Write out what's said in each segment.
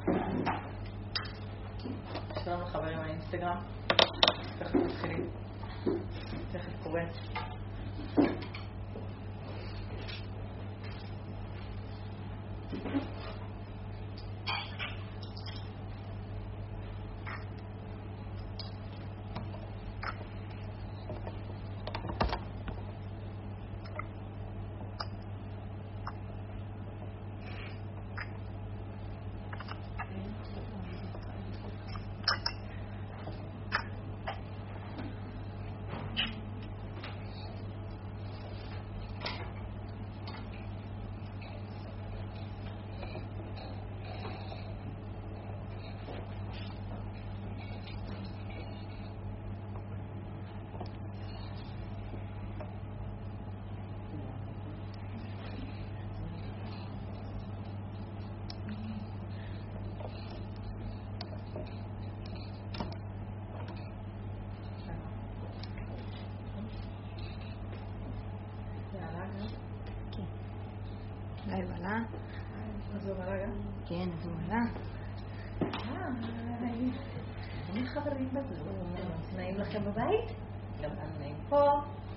שלום לחברים מהאינסטגרם. תכף מתחילים. תכף קורה. היי, ועלה? אז הוא עלה גם? כן, אז הוא עלה. היי. אני חברים בזום. נעים לכם בבית? גם אנו נעים פה.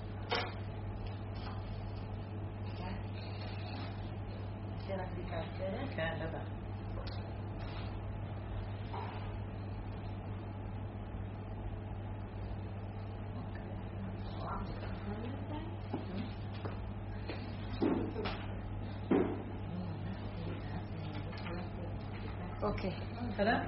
אפשר רק בדיקה בסדר? כן, בטח. אוקיי. בסדר?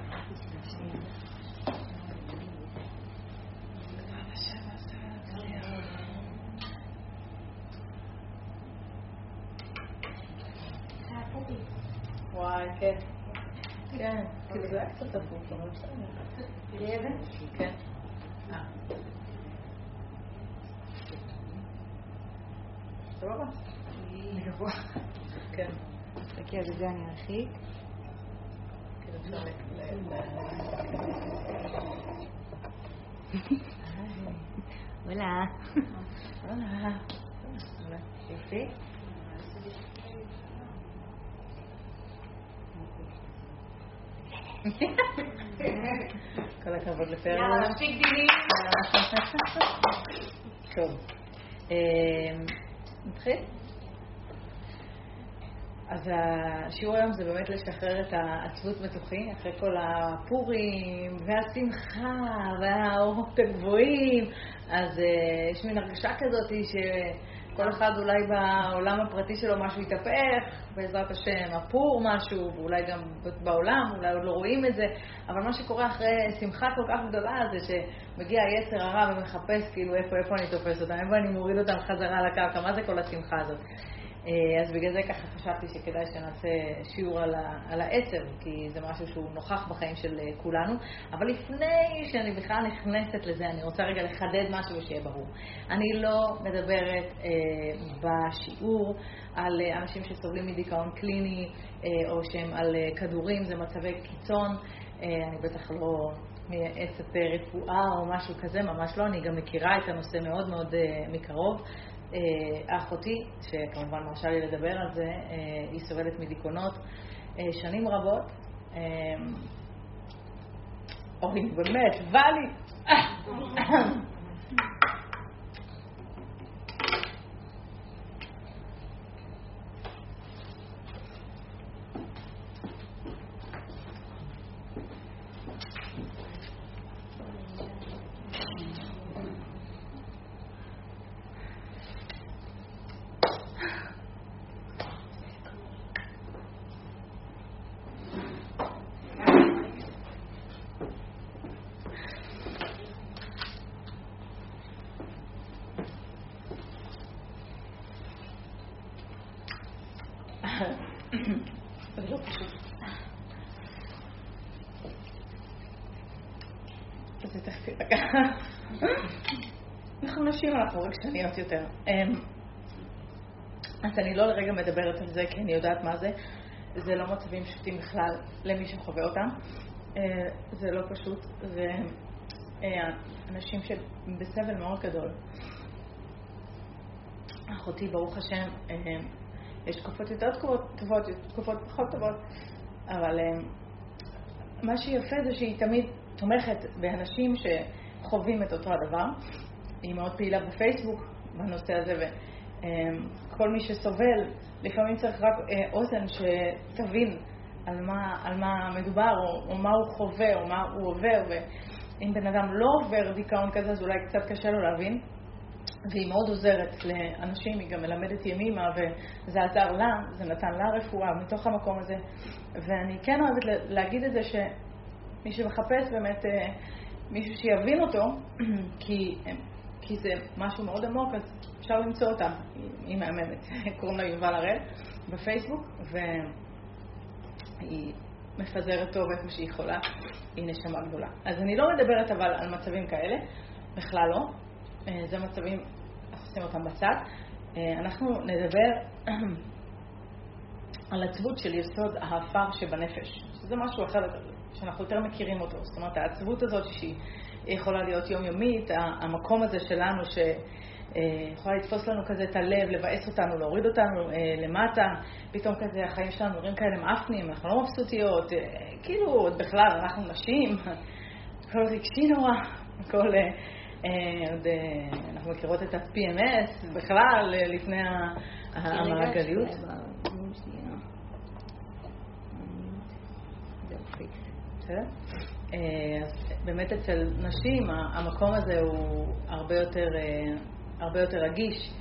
וואי, כן. כן, כאילו זה היה קצת הפוך, אבל בסדר. תראי את זה? כן. סבבה? גבוה. כן. תקי, אז את זה אני ארחיק. כאילו אפשר וואלה. וואלה. יופי. כל הכבוד לפרל. יאללה, מספיק דינים. טוב. נתחיל? אז השיעור היום זה באמת לשחרר את העצבות בתוכי, אחרי כל הפורים והשמחה והאורות הגבוהים. אז יש מין הרגשה כזאת שכל אחד אולי בעולם הפרטי שלו משהו יתהפך, בעזרת השם הפור משהו, ואולי גם בעולם, אולי עוד לא רואים את זה, אבל מה שקורה אחרי שמחה כל כך גדולה זה שמגיע היצר הרע ומחפש כאילו איפה אני תופס אותם, איפה אני מוריד אותם חזרה לקרקע, מה זה כל השמחה הזאת? אז בגלל זה ככה חשבתי שכדאי שנעשה שיעור על העצב, כי זה משהו שהוא נוכח בחיים של כולנו. אבל לפני שאני בכלל נכנסת לזה, אני רוצה רגע לחדד משהו ושיהיה ברור. אני לא מדברת בשיעור על אנשים שסובלים מדיכאון קליני, או שהם על כדורים, זה מצבי קיצון. אני בטח לא מייעצת רפואה או משהו כזה, ממש לא. אני גם מכירה את הנושא מאוד מאוד מקרוב. אחותי, שכמובן מרשה לי לדבר על זה, היא סובלת מדיכאונות שנים רבות. אוי, באמת, ואלי! זה לא פשוט. זה תכף תתקע. אנחנו נשים, אנחנו רגשניות יותר. אז אני לא לרגע מדברת על זה, כי אני יודעת מה זה. זה לא מצבים פשוטים בכלל למי שחווה אותם. זה לא פשוט. זה אנשים שבסבל מאוד גדול. אחותי, ברוך השם, יש תקופות יותר טובות, תקופות פחות טובות, אבל מה שיפה זה שהיא תמיד תומכת באנשים שחווים את אותו הדבר. היא מאוד פעילה בפייסבוק בנושא הזה, וכל מי שסובל, לפעמים צריך רק אוזן שתבין על מה מדובר, או מה הוא חווה, או מה הוא עובר, ואם בן אדם לא עובר דיכאון כזה, אז אולי קצת קשה לו להבין. והיא מאוד עוזרת לאנשים, היא גם מלמדת ימימה, וזה עזר לה, זה נתן לה רפואה מתוך המקום הזה. ואני כן אוהבת להגיד את זה שמי שמחפש באמת מישהו שיבין אותו, כי זה משהו מאוד עמוק, אז אפשר למצוא אותה. היא מהממת, קוראים לה יובל הראל בפייסבוק, והיא מפזרת טוב את מה שהיא יכולה, היא נשמה גדולה. אז אני לא מדברת אבל על מצבים כאלה, בכלל לא. זה מצבים, עושים אותם בצד. אנחנו נדבר על העצבות של יסוד האפר שבנפש. זה משהו אחר שאנחנו יותר מכירים אותו. זאת אומרת, העצבות הזאת שהיא יכולה להיות יומיומית, המקום הזה שלנו שיכולה לתפוס לנו כזה את הלב, לבאס אותנו, להוריד אותנו למטה, פתאום כזה החיים שלנו נראים כאלה מאפנים, אנחנו לא מבסוטיות, כאילו עוד בכלל אנחנו נשים, הכל רגשי נורא, הכל... אנחנו מכירות את ה-PMS בכלל לפני המעגליות. באמת אצל נשים המקום הזה הוא הרבה יותר רגיש,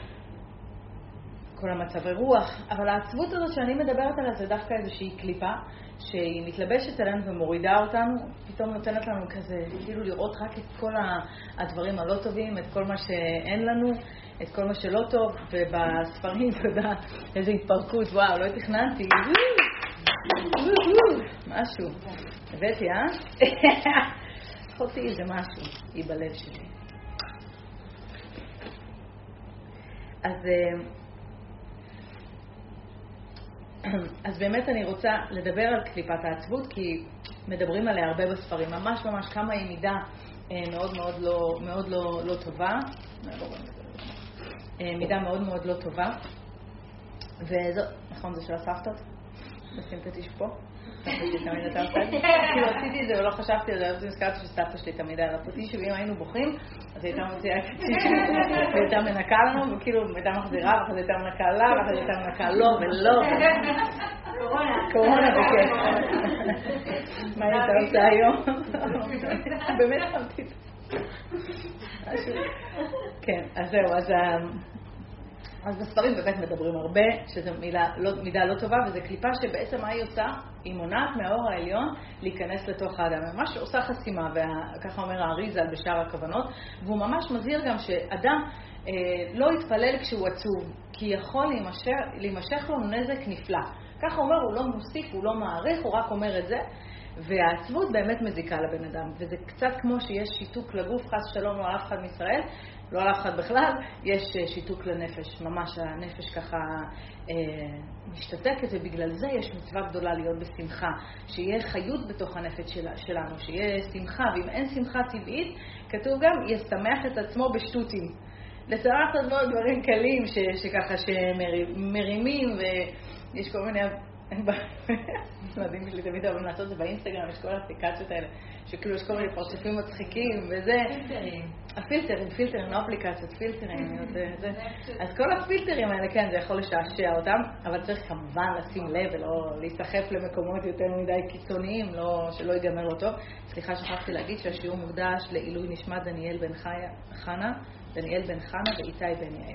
כל המצבי רוח, אבל העצבות הזאת שאני מדברת עליה זה דווקא איזושהי קליפה שהיא מתלבשת עלינו ומורידה אותנו, פתאום נותנת לנו כזה, כאילו לראות רק את כל הדברים הלא טובים, את כל מה שאין לנו, את כל מה שלא טוב, ובספרים, תודה, איזו התפרקות, וואו, לא תכננתי, משהו. הבאתי, אחותי, זה משהו, היא בלב שלי. אז באמת אני רוצה לדבר על קליפת העצבות, כי מדברים עליה הרבה בספרים, ממש כמה היא מידה מאוד לא טובה, מידה מאוד לא טובה, וזו, נכון, זה של הסבתות, נשים את הטישו פה, סבתא שלי תמיד הייתה עושה את זה, כאילו עשיתי את זה ולא חשבתי על זה, אז נזכרתי שסבתא שלי תמיד היה לפטישו, ואם היינו בוכים, אז היא הייתה מוציאה את הטישו, והייתה מנקה לנו, וכאילו הייתה מחזירה, ואחרי זה הייתה מנקה לה, ואחרי זה הייתה מנקה לא ולא. קורונה בכיף. מה הייתה עושה היום? באמת שמתי את זה. כן, אז זהו, אז בספרים באמת מדברים הרבה, שזו מידה לא טובה, וזו קליפה שבעצם מה היא עושה? היא מונעת מהאור העליון להיכנס לתוך האדם. ממש עושה חסימה, וככה אומר האריז"ל בשאר הכוונות, והוא ממש מזהיר גם שאדם לא יתפלל כשהוא עצוב, כי יכול להימשך לו נזק נפלא. ככה אומר, הוא לא מוסיף, הוא לא מעריך, הוא רק אומר את זה, והעצבות באמת מזיקה לבן אדם, וזה קצת כמו שיש שיתוק לגוף, חס שלום לא על אף אחד מישראל, לא על אף אחד בכלל, יש שיתוק לנפש, ממש הנפש ככה משתתקת, ובגלל זה יש מצווה גדולה להיות בשמחה, שיהיה חיות בתוך הנפש שלנו, שיהיה שמחה, ואם אין שמחה טבעית, כתוב גם, ישמח את עצמו בשטותים. לשמח את עצמו דברים קלים שככה שמרימים, ויש כל מיני... מדהים שלי תמיד אוהבים לעשות את זה באינסטגרם, יש כל האפליקציות האלה, שכאילו יש כל מיני פרצופים מצחיקים, וזה... פילטרים, לא אפליקציות, פילטרים, אז כל הפילטרים האלה, כן, זה יכול לשעשע אותם, אבל צריך כמובן לשים לב ולא להיסחף למקומות יותר מדי קיצוניים, שלא ייגמר לו טוב. סליחה, שכחתי להגיד שהשיעור מוקדש לעילוי נשמת דניאל בן חנה ואיתי בן יעל.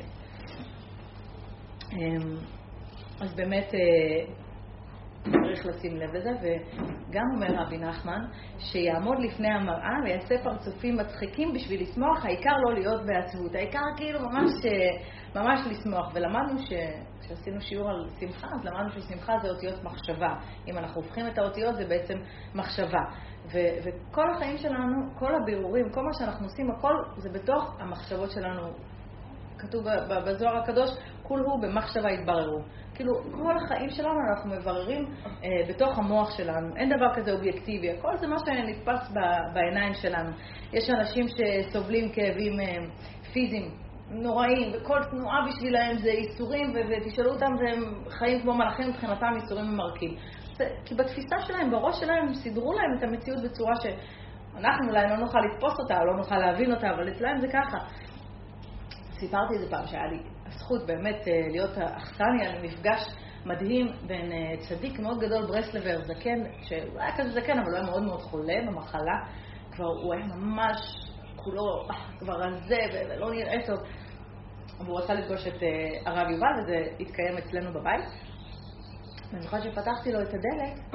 אז באמת צריך לשים לב לזה, וגם אומר רבי נחמן שיעמוד לפני המראה ויעשה פרצופים מצחיקים בשביל לשמוח, העיקר לא להיות בעצבות, העיקר כאילו ממש לשמוח. ולמדנו כשעשינו שיעור על שמחה, אז למדנו ששמחה זה אותיות מחשבה. אם אנחנו הופכים את האותיות זה בעצם מחשבה, וכל החיים שלנו, כל הבירורים, כל מה שאנחנו עושים, הכל זה בתוך המחשבות שלנו. כתוב בזוהר הקדוש, כול הוא במחשבה יתבררו. כאילו, כל החיים שלנו אנחנו מבררים בתוך המוח שלנו. אין דבר כזה אובייקטיבי. הכל זה מה שנתפס בעיניים שלנו. יש אנשים שסובלים כאבים פיזיים נוראים, וכל תנועה בשבילהם זה איסורים, ותשאלו אותם, הם חיים כמו מלאכים, מבחינתם איסורים ממרקים. כי בתפיסה שלהם, בראש שלהם, סידרו להם את המציאות בצורה שאנחנו אולי לא נוכל לתפוס אותה, או לא נוכל להבין אותה, אבל אצלהם זה ככה. סיפרתי את זה פעם, שהיה לי הזכות באמת להיות האכסניה למפגש מדהים בין צדיק מאוד גדול, ברסלבר, זקן, שהוא היה כזה זקן, אבל הוא היה מאוד מאוד חולה במחלה. כבר הוא היה ממש כולו כבר רזה ולא נראה טוב. והוא רצה לפגוש את הרב יובל, וזה התקיים אצלנו בבית. ואני זוכרת שפתחתי לו את הדלת,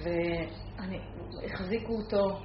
והחזיקו אותו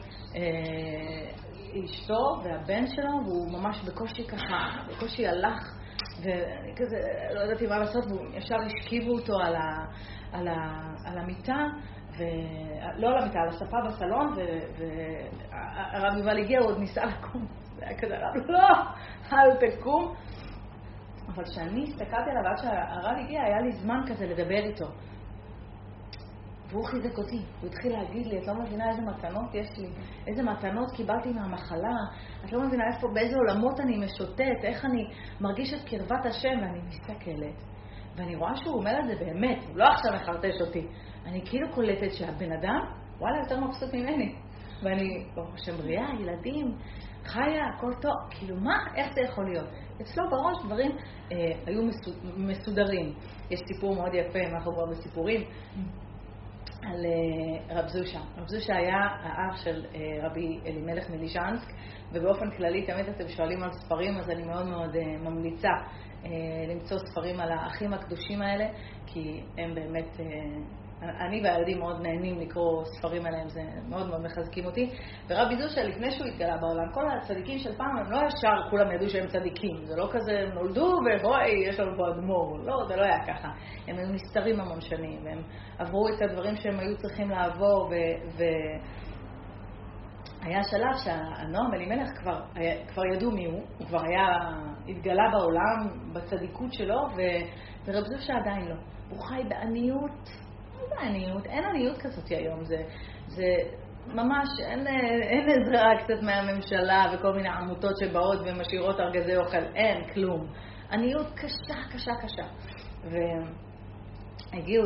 אשתו והבן שלו, והוא ממש בקושי ככה, בקושי הלך, ואני כזה לא ידעתי מה לעשות, והוא ישר השכיבו אותו על המיטה, לא על המיטה, על הספה בסלון, והרב יובל הגיע, הוא עוד ניסה לקום. זה היה כזה, לא, אל תקום. אבל כשאני הסתכלתי עליו, עד שהרב הגיע, היה לי זמן כזה לדבר איתו. והוא חיזק אותי, הוא התחיל להגיד לי, את לא מבינה איזה מתנות יש לי, איזה מתנות קיבלתי מהמחלה, את לא מבינה איפה, באיזה עולמות אני משוטט, איך אני מרגיש את קרבת השם, ואני מסתכלת. ואני רואה שהוא אומר את זה באמת, הוא לא עכשיו מחרטש אותי. אני כאילו קולטת שהבן אדם, וואלה, יותר מבסוט ממני. ואני, שם בריאה, ילדים, חיה, הכל טוב, כאילו מה, איך זה יכול להיות? אצלו בראש דברים היו מסודרים. יש סיפור מאוד יפה, אנחנו כבר בסיפורים, על רב זושה. רב זושה היה האח של רבי אלימלך מליז'נסק, ובאופן כללי תמיד אתם שואלים על ספרים, אז אני מאוד מאוד ממליצה למצוא ספרים על האחים הקדושים האלה, כי הם באמת, אני והילדים מאוד נהנים לקרוא ספרים עליהם, זה מאוד מאוד מחזקים אותי. ורבי זושה, לפני שהוא התגלה בעולם, כל הצדיקים של פעם הם לא ישר כולם ידעו שהם צדיקים, זה לא כזה הם נולדו ובואי יש לנו פה אדמו"ר, לא, זה לא היה ככה. הם היו נסתרים המון שנים, והם עברו את הדברים שהם היו צריכים לעבור, היה שלב שהנועם אלימלך כבר ידעו מי הוא כבר התגלה בעולם בצדיקות שלו, ורב זושה עדיין לא. הוא חי בעניות, אין עניות כזאת היום, זה ממש, אין עזרה קצת מהממשלה וכל מיני עמותות שבאות ומשאירות ארגזי אוכל, אין כלום. עניות קשה. והגיעו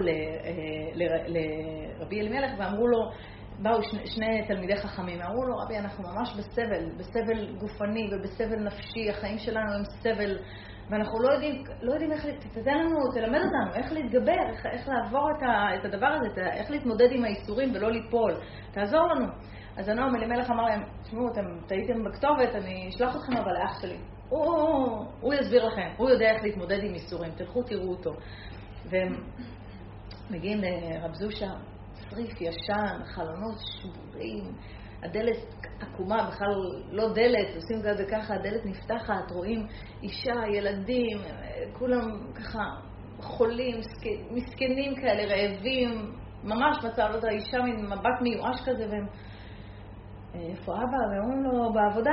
לרבי אלימלך ואמרו לו, באו שני תלמידי חכמים, אמרו לו, רבי, אנחנו ממש בסבל גופני ובסבל נפשי, החיים שלנו הם סבל, ואנחנו לא יודעים איך, תלמד אותנו, איך להתגבר, איך לעבור את הדבר הזה, איך להתמודד עם האיסורים ולא ליפול, תעזור לנו. אז הנועם אלימלך אמר להם, תשמעו, אתם טעיתם בכתובת, אני אשלח אתכם אבל לאח שלי. הוא יסביר לכם, הוא יודע איך להתמודד עם איסורים, תלכו תראו אותו. והם מגיעים לרב זושה, שריף ישן, חלונות שבורים, הדלת עקומה, בכלל לא דלת, עושים כזה ככה, הדלת נפתחת, רואים אישה, ילדים, כולם ככה חולים, מסכנים כאלה, רעבים, ממש מצא לו את האישה ממבט מיואש כזה, והם, איפה אבא? ואומרים לו,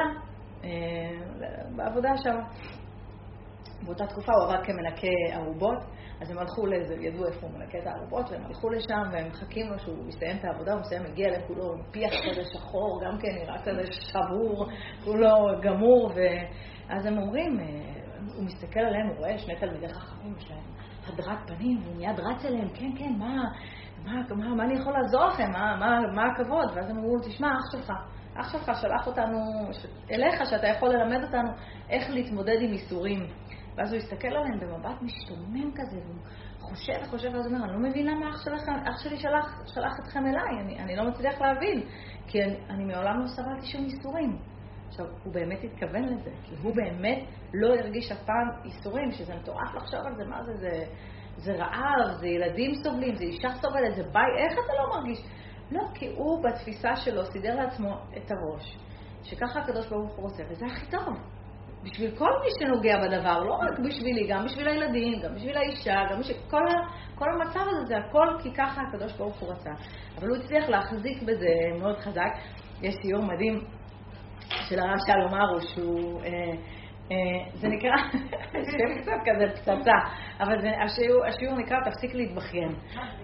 בעבודה שם. באותה תקופה הוא עבד כמנקה ערובות, אז הם הלכו לזה, ידעו איפה הוא מנקה את הערובות, והם הלכו לשם והם מחכים לו שהוא יסיים את העבודה, הוא מסיים, מגיע להם כולו פיח כזה שחור, גם כן נראה כזה שבור, כולו גמור, ואז הם אומרים, הוא מסתכל עליהם, הוא רואה שני תלמידי חכמים, יש להם הדרת פנים, והוא מיד רץ אליהם, כן, מה אני יכול לעזור לכם, מה הכבוד? ואז הם אמרו, תשמע, אח שלך שלח אותנו אליך, שאתה יכול ללמד אותנו איך להתמודד עם איסורים. ואז הוא הסתכל עליהם במבט משתומם כזה, והוא חושב, ואז הוא אומר, אני לא מבינה מה אח שלי שלח אתכם אליי, אני לא מצליח להבין, כי אני מעולם לא סבלתי שום איסורים. עכשיו, הוא באמת התכוון לזה, כי הוא באמת לא הרגיש אף פעם איסורים, שזה מטורף לחשוב על זה, מה זה רעב, זה ילדים סובלים, זה אישה סובלת, זה ביי, איך אתה לא מרגיש? לא, כי הוא בתפיסה שלו סידר לעצמו את הראש, שככה הקדוש ברוך הוא רוצה, וזה הכי טוב. בשביל כל מי שנוגע בדבר, לא רק בשבילי, גם בשביל הילדים, גם בשביל האישה, גם בשביל כל המצב הזה, זה הכל כי ככה הקדוש ברוך הוא רצה. אבל הוא הצליח להחזיק בזה מאוד חזק. יש סיור מדהים של הרב שלום ארוש, שהוא, זה נקרא, שם קצת כזה פצצה, אבל השיעור נקרא תפסיק להתבכיין.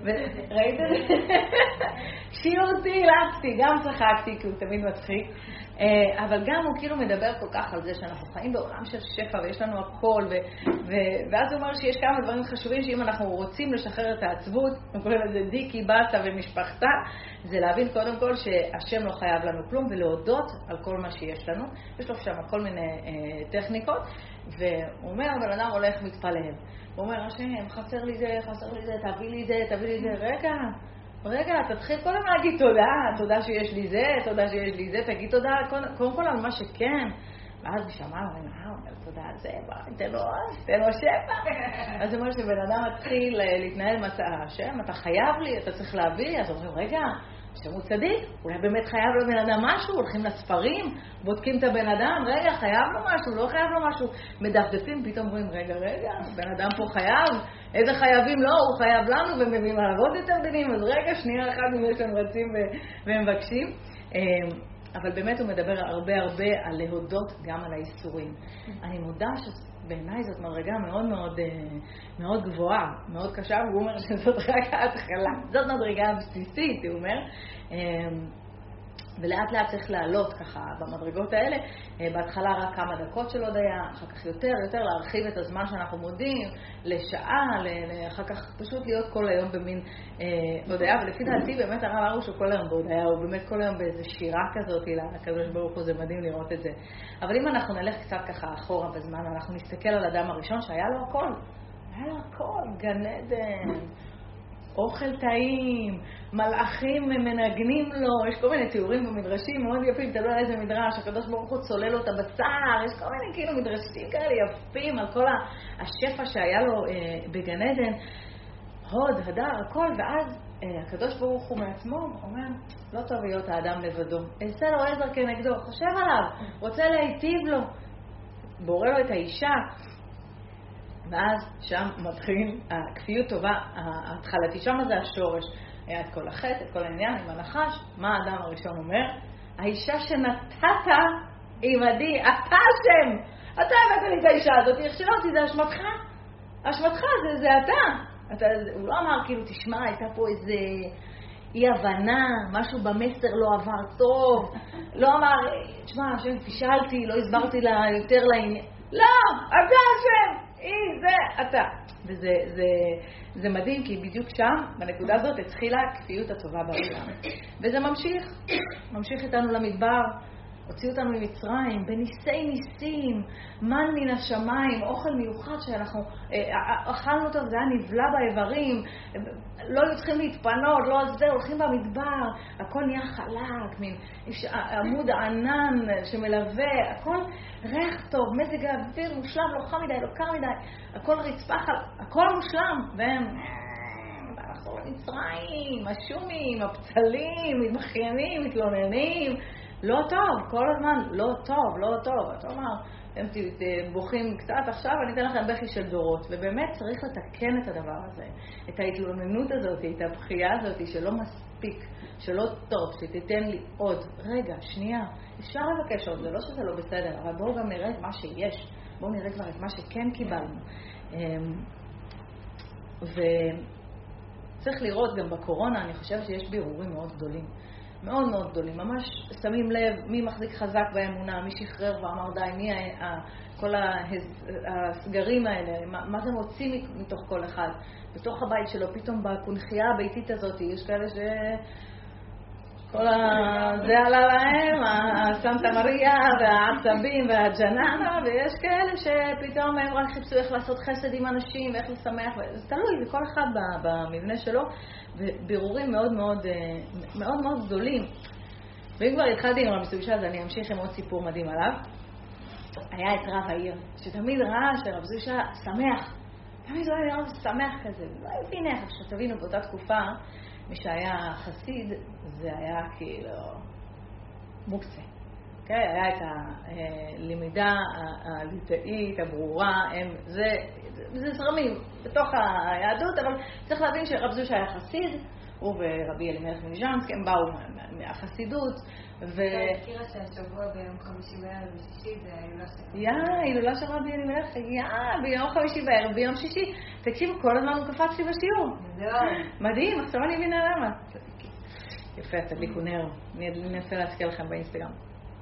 ראית את זה? שיעור צילחתי, גם צחקתי, כי הוא תמיד מצחיק. אבל גם הוא כאילו מדבר כל כך על זה שאנחנו חיים בעולם של שפע ויש לנו הכל, ואז הוא אומר שיש כמה דברים חשובים שאם אנחנו רוצים לשחרר את העצבות, הוא קורא לזה דיקי, באסה ומשפחתה, זה להבין קודם כל שהשם לא חייב לנו כלום ולהודות על כל מה שיש לנו. יש לו שם כל מיני טכניקות, והוא אומר, אבל אדם הולך מתפלל. הוא אומר, השם, חסר לי זה, תביא לי זה, רגע, תתחיל קודם להגיד תודה שיש לי זה, תגיד תודה קודם כל על מה שכן. ואז הוא שמע, הוא אומר תודה על זה, תן לו שפע. אז הוא אומר שבן אדם מתחיל להתנהל מצעה, השם, אתה חייב לי, אתה צריך להביא לי, אז הוא אומר, רגע, השם הוא צדיק, אולי באמת חייב לבן אדם משהו, הולכים לספרים, בודקים את הבן אדם, רגע, חייב לו משהו, לא חייב לו משהו, מדפדפים, פתאום אומרים, רגע, בן אדם פה חייב, איזה חייבים לא, הוא חייב לנו ומביאים לעבוד יותר דנים, אז רגע, שנייה אחת ממש שהם רצים ומבקשים. אבל באמת הוא מדבר הרבה על להודות גם על האיסורים. אני מודה שבעיניי זאת מדרגה מאוד גבוהה, מאוד קשה, והוא אומר שזאת רק ההתחלה. זאת מדרגה בסיסית, הוא אומר. ולאט לאט צריך לעלות ככה במדרגות האלה, בהתחלה רק כמה דקות של הודיה, אחר כך יותר להרחיב את הזמן שאנחנו מודים, לשעה, אחר כך פשוט להיות כל היום במין הודיה, ולפי דעתי באמת הרב הראש הוא כל היום בהודיה, הוא באמת כל היום באיזו שירה כזאת, לקדוש ברוך הוא, זה מדהים לראות את זה. אבל אם אנחנו נלך קצת ככה אחורה בזמן, אנחנו נסתכל על האדם הראשון שהיה לו הכל, גן עדן, אוכל טעים, מלאכים מנגנים לו, יש כל מיני תיאורים במדרשים מאוד יפים, תלוי על איזה מדרש, הקדוש ברוך הוא צולל לו את הבשר, יש כל מיני כאילו מדרשים כאלה יפים על כל השפע שהיה לו בגן עדן, הוד, הדר, הכל, ואז הקדוש ברוך הוא מעצמו אומר, לא טוב להיות האדם לבדו, אעשה לו עזר כנגדו, חושב עליו, רוצה להיטיב לו, בורא לו את האישה, ואז שם מתחיל הכפיות טובה, ההתחלתי, שם זה השורש, היה את כל החטא, את כל העניין עם הנחש. מה האדם הראשון אומר? האישה שנתת עימדי, אתה השם, אתה הבאת לי את האישה הזאת, הכשרה אותי, זה אשמתך, זה אתה. הוא לא אמר כאילו, תשמע, הייתה פה איזה אי הבנה, משהו במסר לא עבר טוב, לא אמר, תשמע, השם, פישלתי, לא הסברתי לה יותר לעניין, לא, אתה השם, זה אתה. וזה מדהים, כי בדיוק שם, בנקודה הזאת, התחילה הכפיות הטובה בעולם. וזה ממשיך איתנו למדבר, הוציא אותנו ממצרים, בניסי ניסים, מן מן השמיים, אוכל מיוחד שאנחנו אכלנו אותו, זה היה נבלע באיברים, לא היו צריכים להתפנות, לא על זה, הולכים במדבר, הכל נהיה חלק, מין עמוד הענן שמלווה, הכל ריח טוב, מזג האוויר מושלם, לא חם מדי, לא קר מדי, הכל רצפה, הכל מושלם, והם אנחנו למצרים, השומים, הפצלים, מתבחיינים, מתלוננים, לא טוב, כל הזמן, לא טוב. אתה אומר, אתם בוכים קצת עכשיו, אני אתן לכם בכי של דורות. ובאמת צריך לתקן את הדבר הזה, את ההתלוננות הזאת, את הבחייה הזאת, שלא מספיק, שלא טוב, שתיתן לי עוד. רגע, שנייה, אפשר לבקש עוד, זה לא שזה לא בסדר, אבל בואו גם נראה את מה שיש. בואו נראה כבר את מה שכן קיבלנו. וצריך לראות גם בקורונה, אני חושבת שיש בירורים מאוד גדולים. מאוד גדולים, ממש שמים לב מי מחזיק חזק באמונה, מי שחרר ואמר די, מי כל הסגרים האלה, מה זה מוציא מתוך כל אחד, בתוך הבית שלו, פתאום בקונחייה הביתית הזאת, יש כאלה כל זה עלה להם, הסנטה מריה והעצבים והג'ננה, ויש כאלה שפתאום הם רק חיפשו איך לעשות חסד עם אנשים ואיך לשמח, זה תלוי, זה כל אחד במבנה שלו, ובירורים מאוד גדולים. ואם כבר התחלתי עם רבי זושה, אז אני אמשיך עם עוד סיפור מדהים עליו. היה את רב העיר, שתמיד ראה שרב זושה שמח, תמיד הוא היה שמח כזה, לא הבין איך, שתבינו באותה תקופה, מי שהיה חסיד, זה היה כאילו מוקצה. Okay? היה את הלמידה הליטאית, הברורה, זה זרמים בתוך היהדות, אבל צריך להבין שרב זושה היה חסיד, הוא ורבי אלימלך מליז'נסק, הם באו מהחסידות. והזכירה שהשבוע ביום חמישי בערב בשישי זה ההילולה של רבי אלימלך, ביום חמישי בערב, ביום שישי. תקשיבו, כל הזמן הוא קפץ לי בשיעור. מדהים, עכשיו אני מבינה למה. יפה, תדליקו נר. אני אנסה להזכיר לכם באינסטגרם.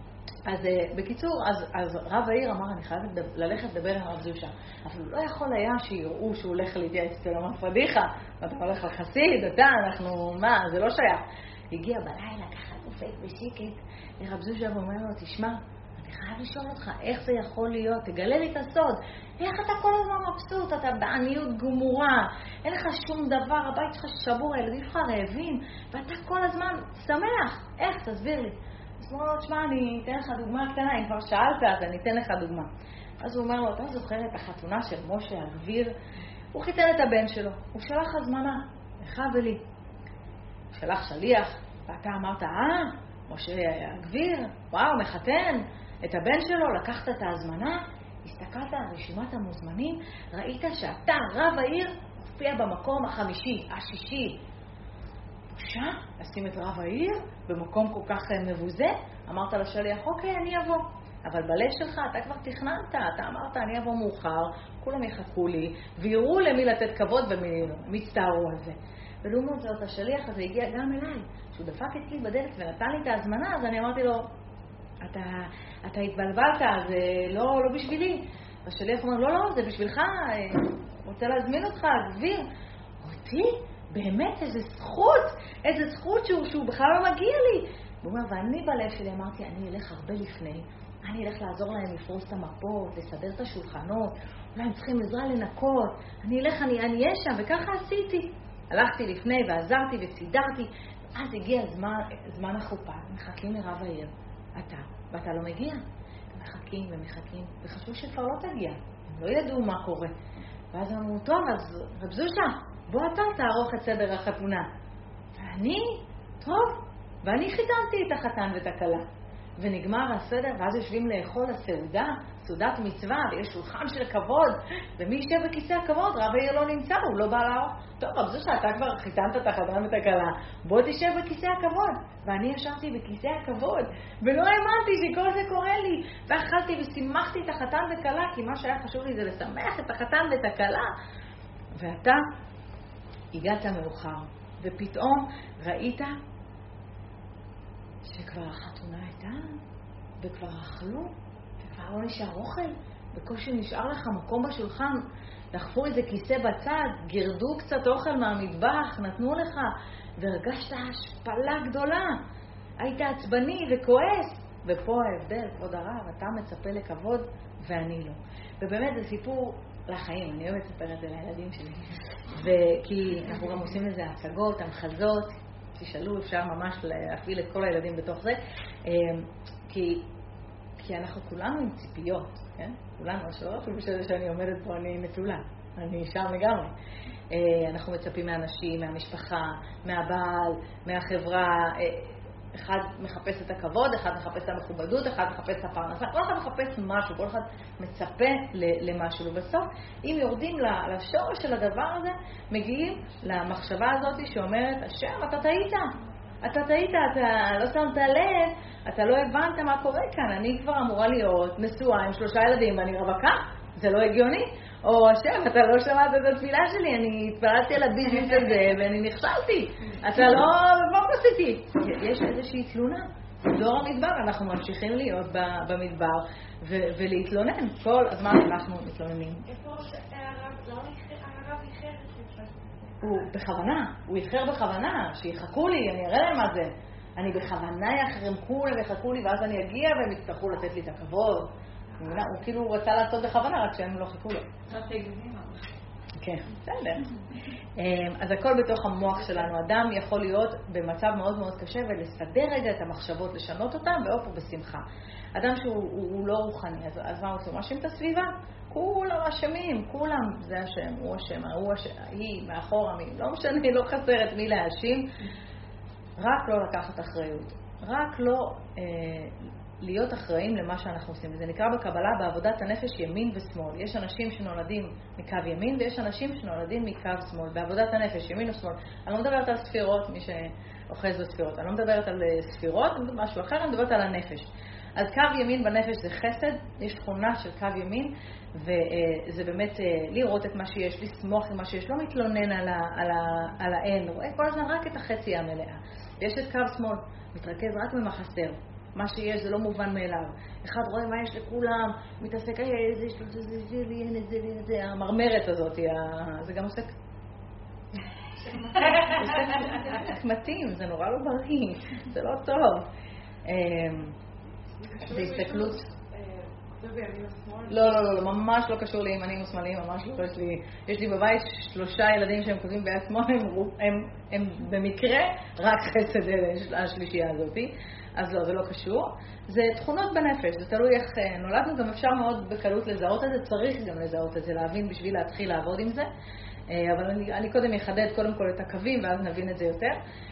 אז בקיצור, אז רב העיר אמר, אני חייבת ללכת לדבר עם הרב זושה. אבל הוא לא יכול היה שיראו שהוא הולך להתייעץ אצל פדיחה. ואתה הולך לחסיד, אנחנו, מה, זה לא שייך. הגיע בלילה, ככה דופק בשקט, לרב זושה ואומר לו, תשמע, אני חייב לשאול אותך, איך זה יכול להיות? תגלה לי את הסוד. איך אתה כל הזמן מבסוט? אתה בעניות גמורה, אין לך שום דבר, הבית שלך שבור, הילדים שלך רעבים, ואתה כל הזמן שמח. איך? תסביר לי. אז הוא אומר לו, תשמע, אני אתן לך דוגמה קטנה, אם כבר שאלת, אז אני אתן לך דוגמה. אז הוא אומר לו, אתה זוכר את החתונה של משה הגביר? הוא חיתן את הבן שלו, הוא שלח הזמנה, לך ולי. הוא שלח שליח, ואתה אמרת, משה הגביר, וואו, מחתן את הבן שלו, לקחת את ההזמנה, הסתכלת על רשימת המוזמנים, ראית שאתה, רב העיר, הופיע במקום החמישי, השישי. בושה, לשים את רב העיר במקום כל כך מבוזה, אמרת לשליח, אוקיי, אני אבוא. אבל בלב שלך אתה כבר תכננת, אתה אמרת, אני אבוא מאוחר, כולם יחכו לי, ויראו למי לתת כבוד ומי מצטערו על זה. ולעומת זאת, השליח הזה הגיע גם אליי. כשהוא דפק אצלי בדלת ונתן לי את ההזמנה, אז אני אמרתי לו, אתה התבלבלת, זה לא בשבילי. השליח אומר, לא, זה בשבילך, רוצה להזמין אותך, גביר. אותי? באמת, איזה זכות שהוא בכלל לא מגיע לי. הוא אומר, ואני בלב שלי אמרתי, אני אלך הרבה לפני, אני אלך לעזור להם לפרוס את המפות, לסדר את השולחנות, אולי הם צריכים עזרה לנקות, אני אלך, אני אהיה שם, וככה עשיתי. הלכתי לפני ועזרתי וסידרתי, אז הגיע זמן החופה, מחכים לרב העיר, ואתה לא מגיע. מחכים ומחכים, וחשבו שכבר לא תגיע, הם לא ידעו מה קורה. ואז אמרו, טוב, אז רב זושה, בוא אתה תערוך את סדר החתונה. ואני חיתנתי את החתן ואת הכלה. ונגמר הסדר, ואז יושבים לאכול הסעודה, סעודת מצווה, ויש שולחן של כבוד, ומי ישב בכיסא הכבוד? רב העיר לא נמצא, הוא לא בא לערוך. טוב, רב זושה, אתה כבר חיתנת את החתן ואת הכלה, בוא תשב בכיסא הכבוד. ואני ישבתי בכיסא הכבוד, ולא האמנתי שכל זה קורה לי. ואכלתי ושימחתי את החתן וכלה, כי מה שהיה חשוב לי זה לשמח את החתן ואת הכלה. ואתה הגעת מאוחר, ופתאום ראית שכבר החתונה הייתה, וכבר אכלו, וכבר לא נשאר אוכל, בקושי נשאר לך מקום בשולחן, דחפו איזה כיסא בצד, גירדו קצת אוכל מהמטבח, נתנו לך, והרגשת השפלה גדולה, היית עצבני וכועס, ופה ההבדל, כבוד הרב, אתה מצפה לכבוד ואני לא. ובאמת זה סיפור לחיים, אני אוהבת לספר את זה לילדים שלי, כי אנחנו גם עושים לזה הצגות, המחזות, תשאלו, אפשר ממש להפעיל את כל הילדים בתוך זה, כי אנחנו כולנו עם ציפיות, כן? כולנו, אפילו שאני עומדת פה, אני נטולה, אני שם לגמרי. אנחנו מצפים מהאנשים, מהמשפחה, מהבעל, מהחברה, אחד מחפש את הכבוד, אחד מחפש את המכובדות, אחד מחפש את הפרנסה, כל אחד מחפש משהו, כל אחד מצפה למשהו. ובסוף, אם יורדים לשורש של הדבר הזה, מגיעים למחשבה הזאת שאומרת, השם, אתה טעית, אתה לא שמת לב, אתה לא הבנת מה קורה כאן, אני כבר אמורה להיות נשואה עם 3 ילדים ואני רווקה, זה לא הגיוני. או השם, אתה לא שמעת את התפילה שלי, אני התפרדתי על הביזנס הזה ואני נכשלתי. אתה לא בפוקוס איתי. יש איזושהי תלונה. דור המדבר, אנחנו ממשיכים להיות במדבר ולהתלונן. כל הזמן אנחנו מתלוננים. איפה הרב איחר את זה? הוא בכוונה, הוא איחר בכוונה, שיחכו לי, אני אראה להם מה זה. אני בכוונה יחרם כולם יחכו לי ואז אני אגיע והם יצטרכו לתת לי את הכבוד. הוא כאילו רצה לעשות בכוונה, רק שהם לא חיכו לו. כן, בסדר. אז הכל בתוך המוח שלנו. אדם יכול להיות במצב מאוד מאוד קשה ולסדר רגע את המחשבות, לשנות אותם, ואופו בשמחה. אדם שהוא לא רוחני, אז מה עושה? הוא מאשים את הסביבה? כולם אשמים, כולם. זה השם, הוא השם, הוא השם, היא מאחורה, לא משנה, לא חסרת מי להאשים. רק לא לקחת אחריות. רק לא להיות אחראים למה שאנחנו עושים. וזה נקרא בקבלה, בעבודת הנפש, ימין ושמאל. יש אנשים שנולדים מקו ימין, ויש אנשים שנולדים מקו שמאל. בעבודת הנפש, ימין ושמאל. אני לא מדברת על ספירות, מי שאוחז בספירות. אני לא מדברת על ספירות, אני מדברת משהו אחר, אני מדברת על הנפש. אז קו ימין בנפש זה חסד, יש תכונה של קו ימין, וזה באמת לראות את מה שיש, לסמוך עם מה שיש, לא מתלונן על האין, רואה כל הזמן רק את החצי המלאה. ויש את קו שמאל, מתרכז רק במה חסר. מה שיש זה לא מובן מאליו. אחד רואה מה יש לכולם, מתעסק, זה יש לו, זה לי, אין את זה, אין את זה, המרמרת הזאת, זה גם עושה מתאים, זה נורא לא בריא, זה לא טוב. זה הסתכלות. לא, ממש לא קשור לימנים ושמאליים, ממש לא. יש לי בבית 3 ילדים שהם כותבים ביד שמאל, הם במקרה רק חסד השלישייה הזאת, אז לא, זה לא קשור. זה תכונות בנפש, זה תלוי איך נולדנו, גם אפשר מאוד בקלות לזהות את זה, צריך גם לזהות את זה, להבין בשביל להתחיל לעבוד עם זה. אבל אני קודם אחדד קודם כל את הקווים, ואז נבין את זה יותר.